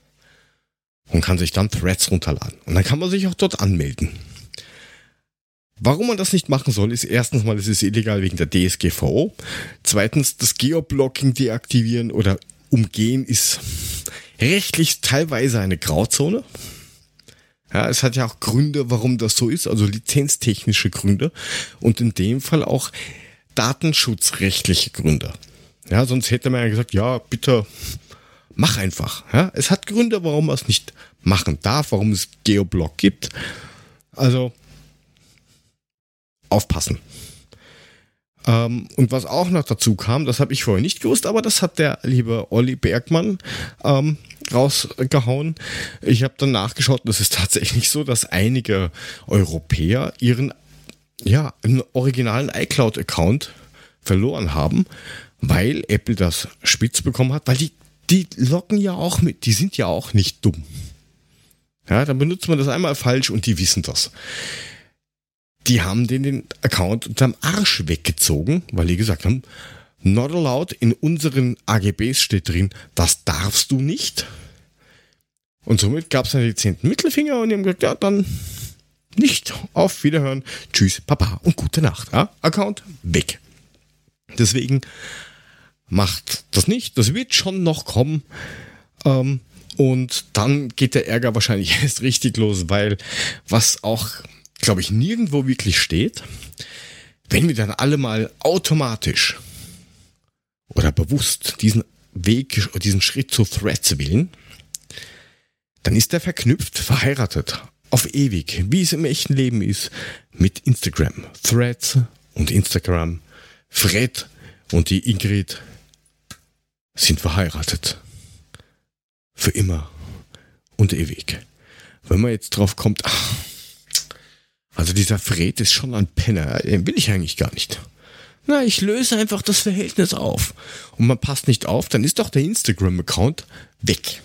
und kann sich dann Threads runterladen. Und dann kann man sich auch dort anmelden. Warum man das nicht machen soll, ist erstens mal, es ist illegal wegen der D S G V O. Zweitens, das Geoblocking deaktivieren oder umgehen ist rechtlich teilweise eine Grauzone. Ja, es hat ja auch Gründe, warum das so ist, also lizenztechnische Gründe und in dem Fall auch datenschutzrechtliche Gründe. Ja, sonst hätte man ja gesagt, ja, bitte mach einfach. Ja, es hat Gründe, warum man es nicht machen darf, warum es Geoblock gibt. Also aufpassen. Ähm, und was auch noch dazu kam, das habe ich vorher nicht gewusst, aber das hat der liebe Olli Bergmann ähm, rausgehauen. Ich habe dann nachgeschaut und es ist tatsächlich so, dass einige Europäer ihren ja, einen originalen iCloud-Account verloren haben, weil Apple das spitz bekommen hat, weil die, die loggen ja auch mit, die sind ja auch nicht dumm. Ja, dann benutzt man das einmal falsch und die wissen das. Die haben den, den Account unterm Arsch weggezogen, weil die gesagt haben, not allowed, in unseren A G Bs steht drin, das darfst du nicht. Und somit gab es einen dezenten Mittelfinger und die haben gesagt, ja, dann nicht, auf Wiederhören, tschüss, Papa und gute Nacht. Ja? Account weg. Deswegen macht das nicht, das wird schon noch kommen. Ähm, und dann geht der Ärger wahrscheinlich erst richtig los, weil was auch, glaube ich, nirgendwo wirklich steht, wenn wir dann alle mal automatisch oder bewusst diesen Weg, diesen Schritt zu Threads wählen, dann ist er verknüpft, verheiratet, auf ewig, wie es im echten Leben ist, mit Instagram. Threads und Instagram, Fred und die Ingrid sind verheiratet. Für immer und ewig. Wenn man jetzt drauf kommt, ach, Also dieser Fred ist schon ein Penner, den will ich eigentlich gar nicht. Na, ich löse einfach das Verhältnis auf. Und man passt nicht auf, dann ist doch der Instagram-Account weg.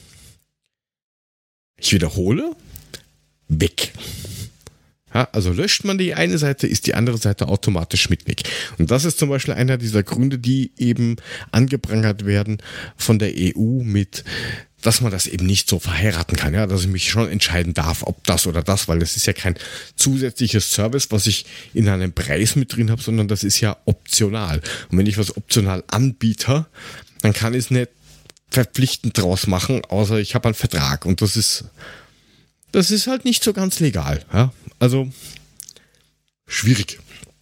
Ich wiederhole, weg. Ja, also löscht man die eine Seite, ist die andere Seite automatisch mit weg. Und das ist zum Beispiel einer dieser Gründe, die eben angeprangert werden von der E U mit, dass man das eben nicht so verheiraten kann, ja, dass ich mich schon entscheiden darf, ob das oder das, weil das ist ja kein zusätzliches Service, was ich in einem Preis mit drin habe, sondern das ist ja optional. Und wenn ich was optional anbiete, dann kann ich es nicht verpflichtend draus machen, außer ich habe einen Vertrag. Und das ist, das ist halt nicht so ganz legal, ja. Also schwierig.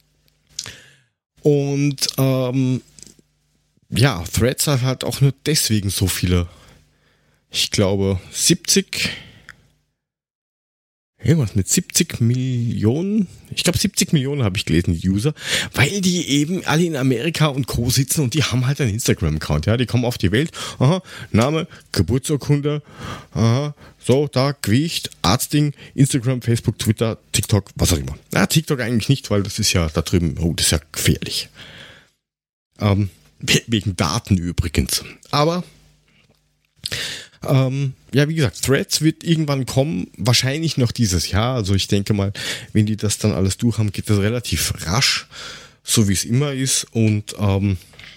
Und ähm, ja, Threads hat halt auch nur deswegen so viele, ich glaube siebzig, irgendwas mit siebzig Millionen, ich glaube siebzig Millionen habe ich gelesen, die User, weil die eben alle in Amerika und Co. sitzen und die haben halt einen Instagram-Account, ja, die kommen auf die Welt, aha, Name, Geburtsurkunde, aha, so, da, Gewicht, Arztding, Instagram, Facebook, Twitter, TikTok, was auch immer. Na, TikTok eigentlich nicht, weil das ist ja da drüben, oh, das ist ja gefährlich. Ähm, wegen Daten übrigens. Aber, ähm, ja, wie gesagt, Threads wird irgendwann kommen, wahrscheinlich noch dieses Jahr. Also ich denke mal, wenn die das dann alles durch haben, geht das relativ rasch, so wie es immer ist. Und ähm,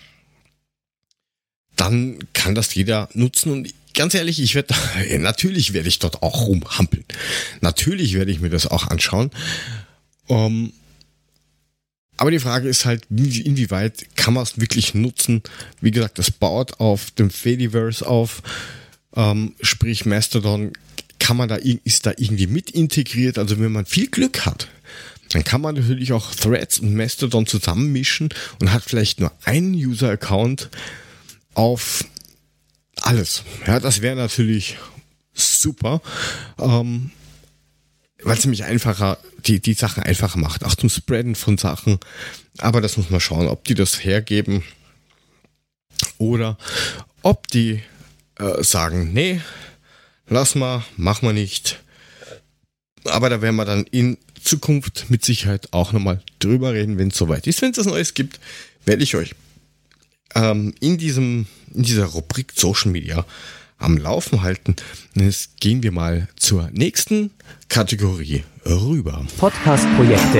dann kann das jeder nutzen. Und ganz ehrlich, ich werde, natürlich werde ich dort auch rumhampeln. Natürlich werde ich mir das auch anschauen. Ähm, aber die Frage ist halt, inwieweit kann man es wirklich nutzen? Wie gesagt, das baut auf dem Fediverse auf. Ähm, sprich Mastodon, kann man da, ist da irgendwie mit integriert. Also wenn man viel Glück hat, dann kann man natürlich auch Threads und Mastodon zusammenmischen und hat vielleicht nur einen User-Account auf alles. Ja, das wäre natürlich super, ähm, weil es nämlich einfacher, die, die Sachen einfacher macht. Auch zum Spreaden von Sachen. Aber das muss man schauen, ob die das hergeben oder ob die äh, sagen, nee, lass mal, mach mal nicht. Aber da werden wir dann in Zukunft mit Sicherheit auch nochmal drüber reden, wenn es soweit ist. Wenn es was Neues gibt, werde ich euch ähm, in diesem in dieser Rubrik Social Media am Laufen halten. Jetzt gehen wir mal zur nächsten Kategorie rüber. Podcast-Projekte.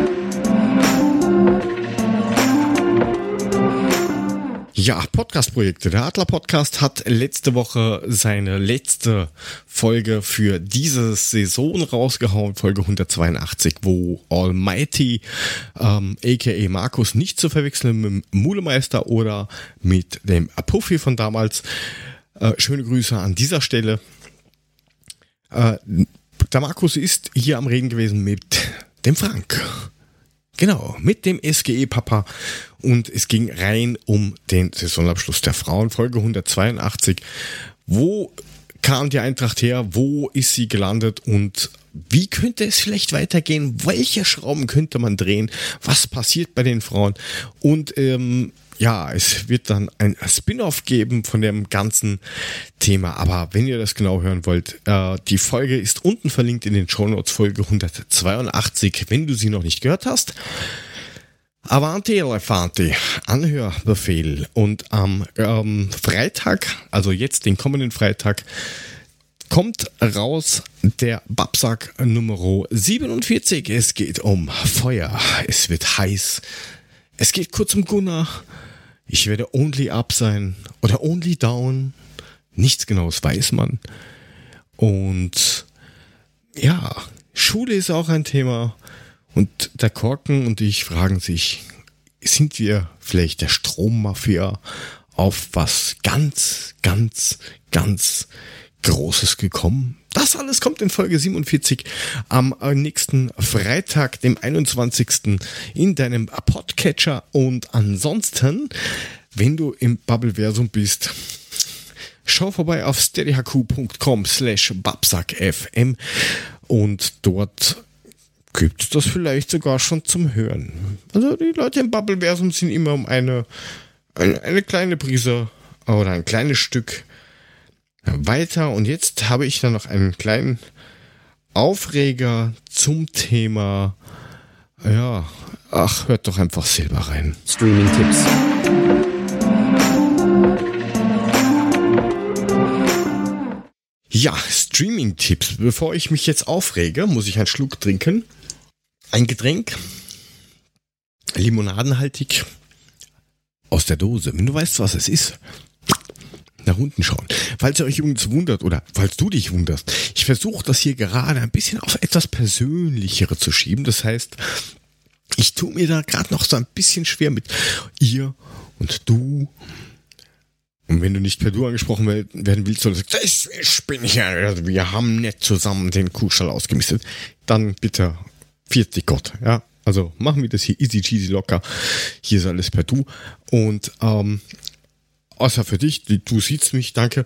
Ja, Podcast-Projekte. Der Adler-Podcast hat letzte Woche seine letzte Folge für diese Saison rausgehauen, Folge hundertzweiundachtzig, wo Almighty, ähm, aka Markus, nicht zu verwechseln mit dem Mulemeister oder mit dem Puffy von damals. Äh, schöne Grüße an dieser Stelle. Äh, der Markus ist hier am Reden gewesen mit dem Frank. Genau, mit dem S G E-Papa. Und es ging rein um den Saisonabschluss der Frauen, Folge hundertzweiundachtzig. Wo kam die Eintracht her? Wo ist sie gelandet? Und wie könnte es vielleicht weitergehen? Welche Schrauben könnte man drehen? Was passiert bei den Frauen? Und ähm, ja, es wird dann ein Spin-off geben von dem ganzen Thema. Aber wenn ihr das genau hören wollt, äh, die Folge ist unten verlinkt in den Shownotes, Folge hundertzweiundachtzig, wenn du sie noch nicht gehört hast. Avanti Elefanti, Anhörbefehl. Und am ähm, Freitag, also jetzt den kommenden Freitag, kommt raus der Babsack Nummer siebenundvierzig. Es geht um Feuer, es wird heiß, es geht kurz um Gunnar. Ich werde only up sein oder only down. Nichts Genaues weiß man. Und ja, Schule ist auch ein Thema. Und der Korken und ich fragen sich, sind wir vielleicht der Strommafia auf was ganz, ganz, ganz Großes gekommen? Das alles kommt in Folge siebenundvierzig am nächsten Freitag, dem einundzwanzigsten in deinem Podcatcher. Und ansonsten, wenn du im Bubbleversum bist, schau vorbei auf steadyhq.com slash babsackfm und dort gibt es das vielleicht sogar schon zum Hören. Also die Leute im Bubbleversum sind immer um eine, eine, eine kleine Prise oder ein kleines Stück weiter. Und jetzt habe ich dann noch einen kleinen Aufreger zum Thema, ja, ach, hört doch einfach selber rein. Streaming-Tipps. Ja, Streaming-Tipps. Bevor ich mich jetzt aufrege, muss ich einen Schluck trinken. Ein Getränk, limonadenhaltig, aus der Dose. Wenn du weißt, was es ist, nach unten schauen. Falls ihr euch übrigens wundert oder falls du dich wunderst, ich versuche das hier gerade ein bisschen auf etwas Persönlichere zu schieben. Das heißt, ich tue mir da gerade noch so ein bisschen schwer mit ihr und du. Und wenn du nicht per Du angesprochen werden willst, oder sagst, ich bin hier, wir haben nicht zusammen den Kuhstall ausgemistet, dann bitte, vierzig Gott, ja. Also machen wir das hier easy cheesy locker. Hier ist alles per Du. Und ähm, außer für dich, du siehst mich, danke.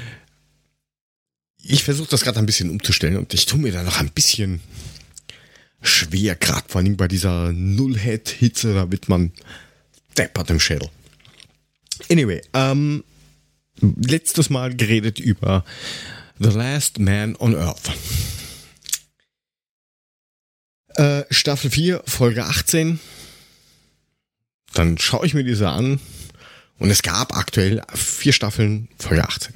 Ich versuche das gerade ein bisschen umzustellen und ich tue mir da noch ein bisschen schwer, gerade vor allem bei dieser Null-Head-Hitze, da wird man deppert im Schädel. Anyway, ähm, letztes Mal geredet über The Last Man on Earth. Äh, Staffel vier, Folge achtzehn. Dann schaue ich mir diese an. Und es gab aktuell vier Staffeln, Folge achtzehn.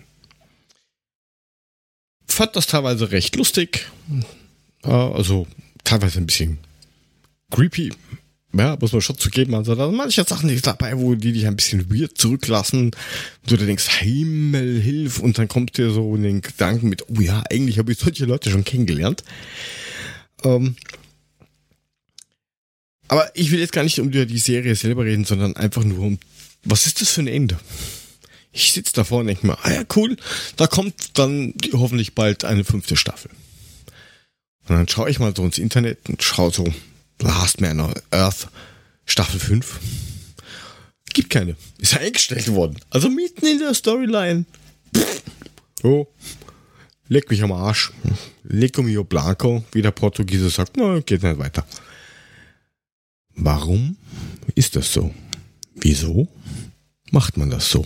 Fand das teilweise recht lustig. Äh, also teilweise ein bisschen creepy. Ja, muss man schon zugeben. Also da sind manche Sachen nicht dabei, wo die dich ein bisschen weird zurücklassen. Du denkst, Himmel, hilf. Und dann kommt dir so in den Gedanken mit, oh ja, eigentlich habe ich solche Leute schon kennengelernt. Ähm, aber ich will jetzt gar nicht um die Serie selber reden, sondern einfach nur um, was ist das für ein Ende? Ich sitze davor und denke mir, ah ja, cool, da kommt dann hoffentlich bald eine fünfte Staffel. Und dann schaue ich mal so ins Internet und schaue so, Last Man on Earth, Staffel fünf. Gibt keine. Ist ja eingestellt worden. Also mitten in der Storyline. Pff. Oh. Leck mich am Arsch. Lecco mio blanco, wie der Portugiese sagt. Na, geht nicht weiter. Warum ist das so? Wieso macht man das so?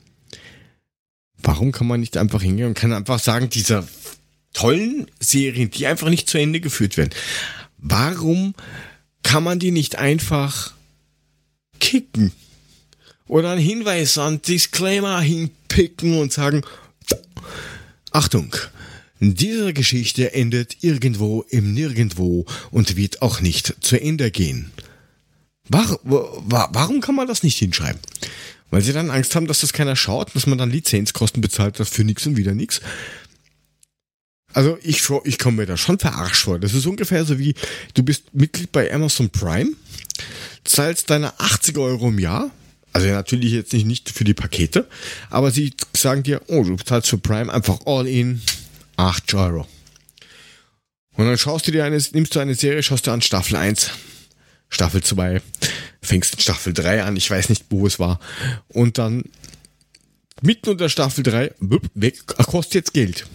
Warum kann man nicht einfach hingehen und kann einfach sagen, diese tollen Serien, die einfach nicht zu Ende geführt werden, warum kann man die nicht einfach kicken? Oder einen Hinweis an Disclaimer hinpicken und sagen, Achtung, diese Geschichte endet irgendwo im Nirgendwo und wird auch nicht zu Ende gehen. War, war, warum kann man das nicht hinschreiben? Weil sie dann Angst haben, dass das keiner schaut, dass man dann Lizenzkosten bezahlt hat für nichts und wieder nichts. Also ich, ich komme mir da schon verarscht vor. Das ist ungefähr so wie, du bist Mitglied bei Amazon Prime, zahlst deine achtzig Euro im Jahr, also natürlich jetzt nicht, nicht für die Pakete, aber sie sagen dir, oh, du zahlst für Prime einfach all in acht Euro. Und dann schaust du dir eine, nimmst du eine Serie, schaust du an Staffel eins, Staffel zwei, fängst Staffel drei an, ich weiß nicht, wo es war. Und dann mitten unter Staffel drei, weg, kostet jetzt Geld.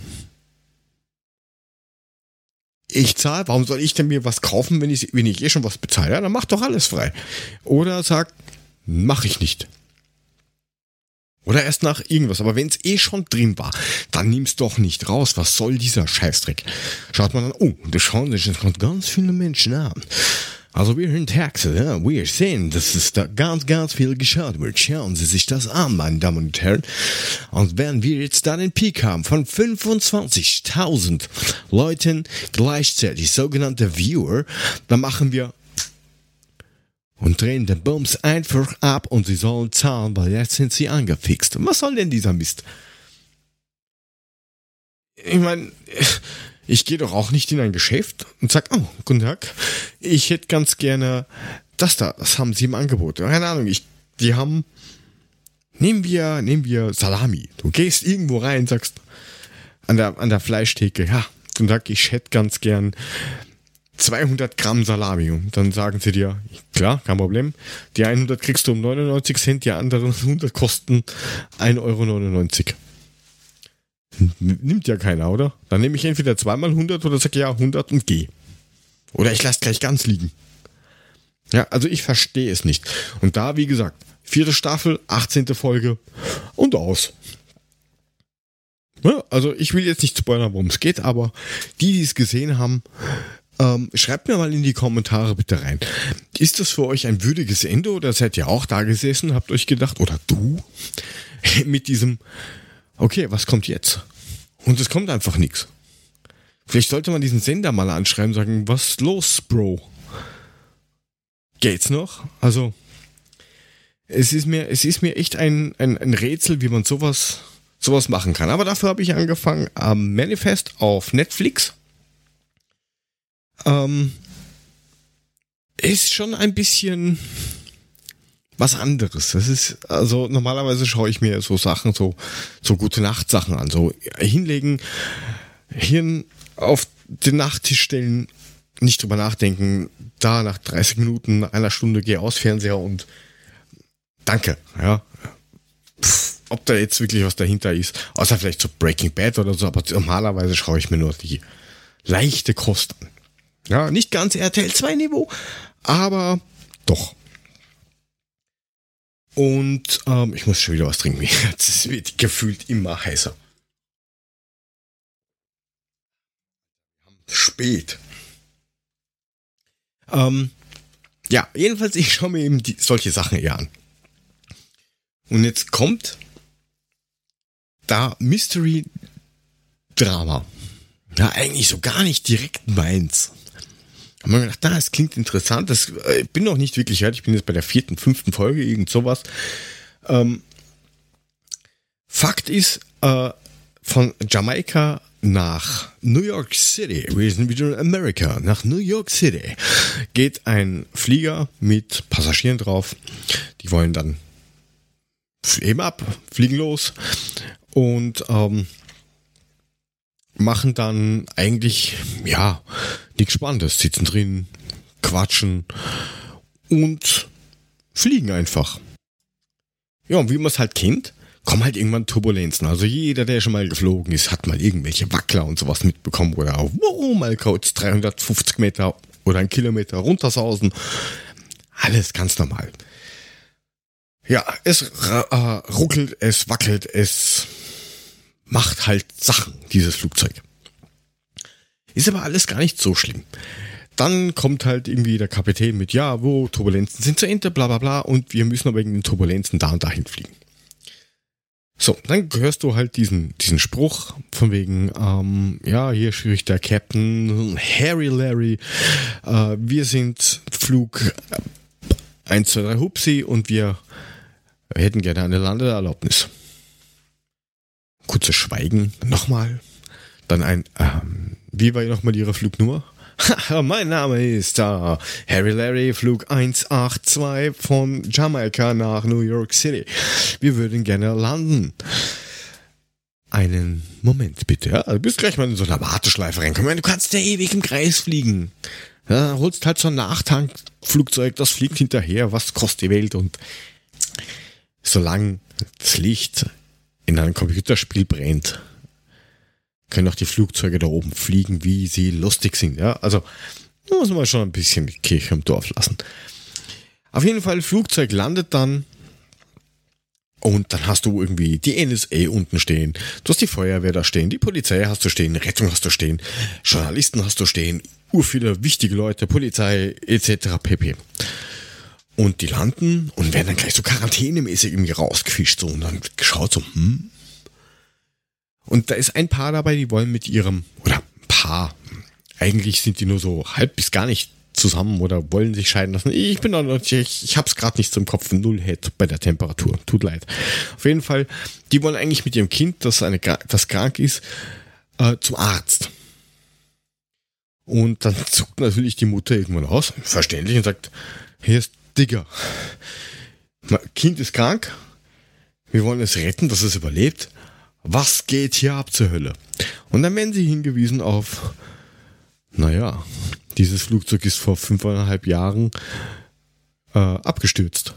Ich zahle, warum soll ich denn mir was kaufen, wenn ich, wenn ich eh schon was bezahle? Ja, dann mach doch alles frei. Oder sag, mach ich nicht. Oder erst nach irgendwas. Aber wenn es eh schon drin war, dann nimm's doch nicht raus. Was soll dieser Scheißdreck? Schaut man dann, oh, das schauen sich jetzt ganz viele Menschen an. Also wir in Texas, ja, wir sehen, dass es da ganz, ganz viel geschaut wird. Schauen Sie sich das an, meine Damen und Herren. Und wenn wir jetzt da den Peak haben von fünfundzwanzigtausend Leuten gleichzeitig, sogenannte Viewer, dann machen wir und drehen den Bums einfach ab und sie sollen zahlen, weil jetzt sind sie angefixt. Was soll denn dieser Mist? Ich meine, ich gehe doch auch nicht in ein Geschäft und sag, oh, guten Tag, ich hätte ganz gerne das da, das haben sie im Angebot. Keine Ahnung, ich, die haben, nehmen wir, nehmen wir Salami. Du gehst irgendwo rein, sagst, an der, an der Fleischtheke, ja, guten Tag, ich hätte ganz gern zweihundert Gramm Salami. Und dann sagen sie dir, klar, kein Problem, die hundert kriegst du um neunundneunzig Cent, die anderen hundert kosten ein Euro neunundneunzig. Nimmt ja keiner, oder? Dann nehme ich entweder zweimal hundert oder sage ja hundert und geh. Oder ich lasse gleich ganz liegen. Ja, also ich verstehe es nicht. Und da, wie gesagt, vierte Staffel, achtzehnte Folge und aus. Ja, also ich will jetzt nicht spoilern, worum es geht, aber die, die es gesehen haben, ähm, schreibt mir mal in die Kommentare bitte rein. Ist das für euch ein würdiges Ende oder seid ihr auch da gesessen, habt euch gedacht, oder du, mit diesem, okay, was kommt jetzt? Und es kommt einfach nichts. Vielleicht sollte man diesen Sender mal anschreiben und sagen, was ist los, Bro? Geht's noch? Also, es ist mir, es ist mir echt ein, ein, ein Rätsel, wie man sowas, sowas machen kann. Aber dafür habe ich angefangen, am Manifest auf Netflix. Ähm, ist schon ein bisschen was anderes. Das ist, also normalerweise schaue ich mir so Sachen, so, so gute Nacht-Sachen an. So hinlegen, Hirn auf den Nachttisch stellen, nicht drüber nachdenken, da nach dreißig Minuten, einer Stunde geh aus Fernseher und danke, ja. Pff, ob da jetzt wirklich was dahinter ist, außer vielleicht so Breaking Bad oder so, aber normalerweise schaue ich mir nur die leichte Kost an. Ja, nicht ganz R T L zwei Niveau, aber doch. Und ähm, ich muss schon wieder was trinken. Es wird gefühlt immer heißer. Spät. Ähm, ja, jedenfalls, ich schaue mir eben die, solche Sachen eher an. Und jetzt kommt da Mystery Drama. Ja, eigentlich so gar nicht direkt meins. Haben wir gedacht, das klingt interessant. Das äh, bin noch nicht wirklich fertig. Ich bin jetzt bei der vierten, fünften Folge, irgend sowas. Ähm, Fakt ist, äh, von Jamaika nach New York City, wir sind wieder in Amerika, nach New York City, geht ein Flieger mit Passagieren drauf. Die wollen dann eben ab, fliegen los und ähm, machen dann eigentlich, ja, nichts Spannendes. Sitzen drin, quatschen und fliegen einfach. Ja, und wie man es halt kennt, kommen halt irgendwann Turbulenzen. Also jeder, der schon mal geflogen ist, hat mal irgendwelche Wackler und sowas mitbekommen oder wow, mal kurz dreihundertfünfzig Meter oder einen Kilometer runtersausen. Alles ganz normal. Ja, es äh, ruckelt, es wackelt, es macht halt Sachen, dieses Flugzeug. Ist aber alles gar nicht so schlimm. Dann kommt halt irgendwie der Kapitän mit, ja, wo, Turbulenzen sind zu Ende, bla bla bla, und wir müssen aber wegen den Turbulenzen da und dahin fliegen. So, dann hörst du halt diesen, diesen Spruch von wegen, ähm, ja, hier spricht der Captain Harry Larry, äh, wir sind Flug eins, zwei, drei Hupsi und wir hätten gerne eine Landeerlaubnis. Kurzes Schweigen, nochmal. Dann ein, ähm, wie war nochmal Ihre Flugnummer? Mein Name ist da uh, Harry Larry, Flug eins acht zwei von Jamaika nach New York City. Wir würden gerne landen. Einen Moment bitte. Ja? Du bist gleich mal in so einer Warteschleife reinkommen. Du kannst ja ewig im Kreis fliegen. Ja, holst halt so ein Nachtankflugzeug, das fliegt hinterher. Was kostet die Welt? Und solange das Licht in einem Computerspiel brennt, können auch die Flugzeuge da oben fliegen, wie sie lustig sind. Ja, also da muss man schon ein bisschen die Kirche im Dorf lassen. Auf jeden Fall, Flugzeug landet dann und dann hast du irgendwie die N S A unten stehen, du hast die Feuerwehr da stehen, die Polizei hast du stehen, Rettung hast du stehen, Journalisten hast du stehen, urviele wichtige Leute, Polizei et cetera pp. Und die landen und werden dann gleich so quarantänemäßig irgendwie rausgefischt so und dann geschaut so, hm. Und da ist ein Paar dabei, die wollen mit ihrem, oder ein Paar, eigentlich sind die nur so halb bis gar nicht zusammen oder wollen sich scheiden lassen. Ich bin da noch, ich, ich hab's gerade nicht zum Kopf, null Head bei der Temperatur, tut leid. Auf jeden Fall, die wollen eigentlich mit ihrem Kind, das, eine, das krank ist, äh, zum Arzt. Und dann zuckt natürlich die Mutter irgendwann aus, verständlich, und sagt, hier ist Digger. Kind ist krank, wir wollen es retten, dass es überlebt. Was geht hier ab zur Hölle? Und dann werden sie hingewiesen auf, naja, dieses Flugzeug ist vor fünfeinhalb Jahren äh, abgestürzt.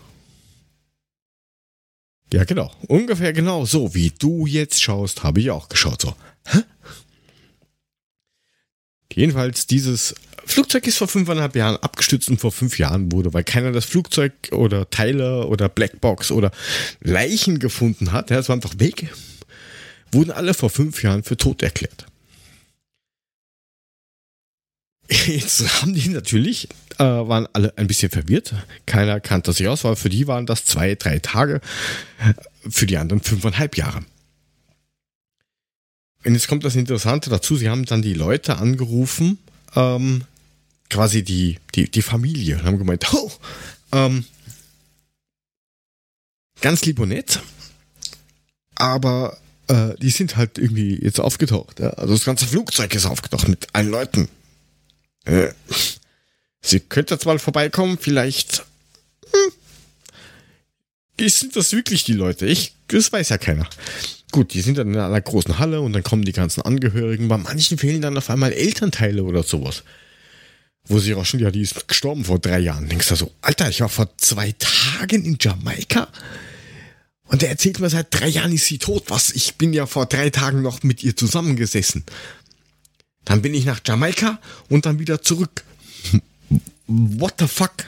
Ja, genau. Ungefähr genau so, wie du jetzt schaust, habe ich auch geschaut. So. Hä? Jedenfalls, dieses Flugzeug ist vor fünfeinhalb Jahren abgestürzt und vor fünf Jahren wurde, weil keiner das Flugzeug oder Teile oder Blackbox oder Leichen gefunden hat. Ja, es war einfach weg. wurden alle vor fünf Jahren für tot erklärt. Jetzt haben die natürlich, äh, waren alle ein bisschen verwirrt. Keiner kannte sich aus, weil für die waren das zwei, drei Tage, für die anderen fünfeinhalb Jahre. Und jetzt kommt das Interessante dazu, sie haben dann die Leute angerufen, ähm, quasi die, die, die Familie, und haben gemeint, oh, ähm, ganz lieb und nett, aber äh, die sind halt irgendwie jetzt aufgetaucht. Ja? Also das ganze Flugzeug ist aufgetaucht mit allen Leuten. Äh, Sie könnten jetzt mal vorbeikommen, vielleicht hm, sind das wirklich die Leute? Ich, das weiß ja keiner. Gut, die sind dann in einer großen Halle und dann kommen die ganzen Angehörigen. Bei manchen fehlen dann auf einmal Elternteile oder sowas. Wo sie auch schon, ja, die ist gestorben vor drei Jahren. Denkst du so, Alter, ich war vor zwei Tagen in Jamaika und der erzählt mir, seit drei Jahren ist sie tot. Was? Ich bin ja vor drei Tagen noch mit ihr zusammengesessen. Dann bin ich nach Jamaika und dann wieder zurück. What the fuck?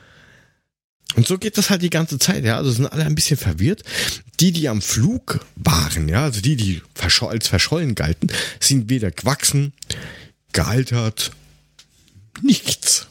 Und so geht das halt die ganze Zeit, ja. Also sind alle ein bisschen verwirrt. Die, die am Flug waren, ja, also die, die als verschollen galten, sind weder gewachsen, gealtert, nichts.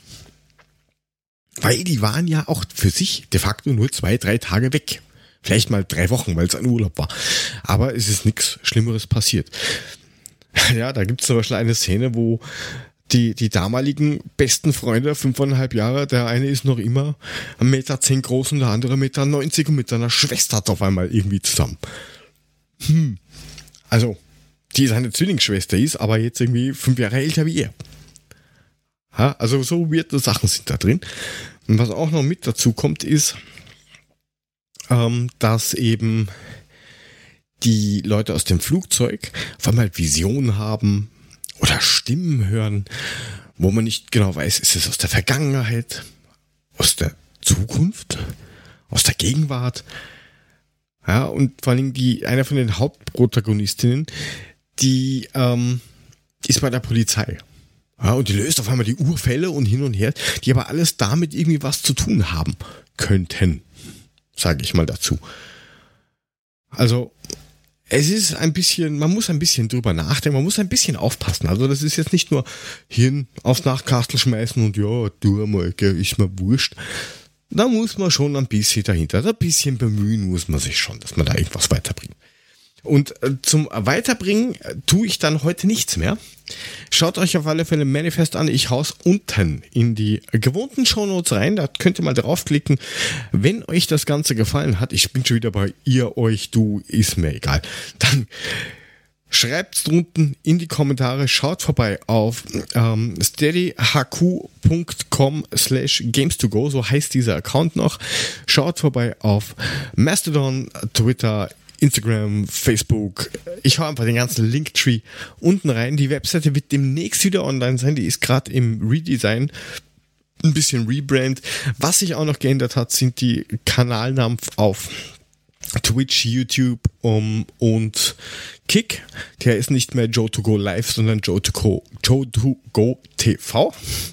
Weil die waren ja auch für sich de facto nur zwei, drei Tage weg. Vielleicht mal drei Wochen, weil es ein Urlaub war. Aber es ist nichts Schlimmeres passiert. Ja, da gibt es zum Beispiel eine Szene, wo die, die damaligen besten Freunde, fünfeinhalb Jahre, der eine ist noch immer ein Meter zehn groß und der andere ein Meter neunzig und mit seiner Schwester hat auf einmal irgendwie zusammen. Hm. Also, die seine Zwillingsschwester ist, aber jetzt irgendwie fünf Jahre älter wie er. Ja, also so weirde Sachen sind da drin. Und was auch noch mit dazu kommt, ist, ähm, dass eben die Leute aus dem Flugzeug auf einmal Visionen haben oder Stimmen hören, wo man nicht genau weiß, ist es aus der Vergangenheit, aus der Zukunft, aus der Gegenwart. Ja, und vor allem die, einer von den Hauptprotagonistinnen, die ähm, ist bei der Polizei. Ja, und die löst auf einmal die Urfälle und hin und her, die aber alles damit irgendwie was zu tun haben könnten, sage ich mal dazu. Also es ist ein bisschen, man muss ein bisschen drüber nachdenken, man muss ein bisschen aufpassen. Also das ist jetzt nicht nur Hirn aufs Nachkastel schmeißen und ja, du mal, ist mir wurscht. Da muss man schon ein bisschen dahinter, ein bisschen bemühen muss man sich schon, dass man da irgendwas weiterbringt. Und äh, zum Weiterbringen äh, tue ich dann heute nichts mehr. Schaut euch auf alle Fälle Manifest an. Ich hau's unten in die gewohnten Shownotes rein. Da könnt ihr mal draufklicken. Wenn euch das Ganze gefallen hat, ich bin schon wieder bei ihr, euch, du, ist mir egal. Dann schreibt's drunten in die Kommentare. Schaut vorbei auf ähm, steadyhq.com slash games to go. So heißt dieser Account noch. Schaut vorbei auf Mastodon, Twitter, Instagram, Facebook. Ich hau einfach den ganzen Linktree unten rein. Die Webseite wird demnächst wieder online sein. Die ist gerade im Redesign. Ein bisschen Rebrand. Was sich auch noch geändert hat, sind die Kanalnamen auf Twitch, YouTube um, und Kick. Der ist nicht mehr Joe to Go Live, sondern Joe to Go, Joe to Go T V.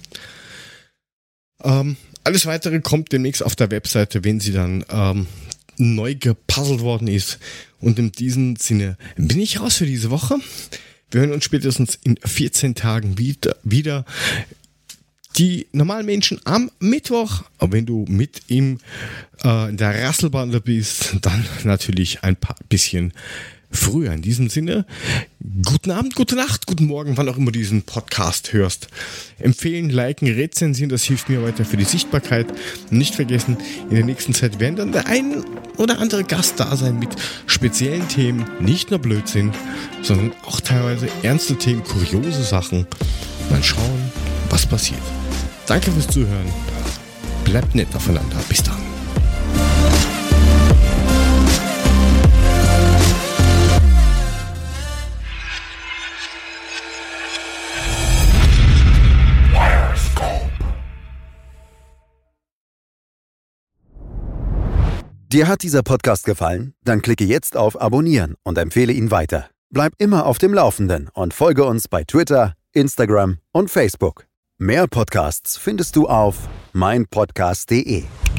Ähm, alles weitere kommt demnächst auf der Webseite, wenn sie dann ähm, neu gepuzzelt worden ist. Und in diesem Sinne bin ich raus für diese Woche. Wir hören uns spätestens in vierzehn Tagen wieder. wieder. Die normalen Menschen am Mittwoch. Aber wenn du mit im, äh, in der Rasselbande bist, dann natürlich ein paar bisschen früher. In diesem Sinne, guten Abend, gute Nacht, guten Morgen, wann auch immer du diesen Podcast hörst. Empfehlen, liken, rezensieren, das hilft mir weiter für die Sichtbarkeit. Und nicht vergessen, in der nächsten Zeit werden dann der ein oder andere Gast da sein mit speziellen Themen. Nicht nur Blödsinn, sondern auch teilweise ernste Themen, kuriose Sachen. Mal schauen, was passiert. Danke fürs Zuhören. Bleibt nett aufeinander. Bis dann. Dir hat dieser Podcast gefallen? Dann klicke jetzt auf Abonnieren und empfehle ihn weiter. Bleib immer auf dem Laufenden und folge uns bei Twitter, Instagram und Facebook. Mehr Podcasts findest du auf mein podcast punkt de.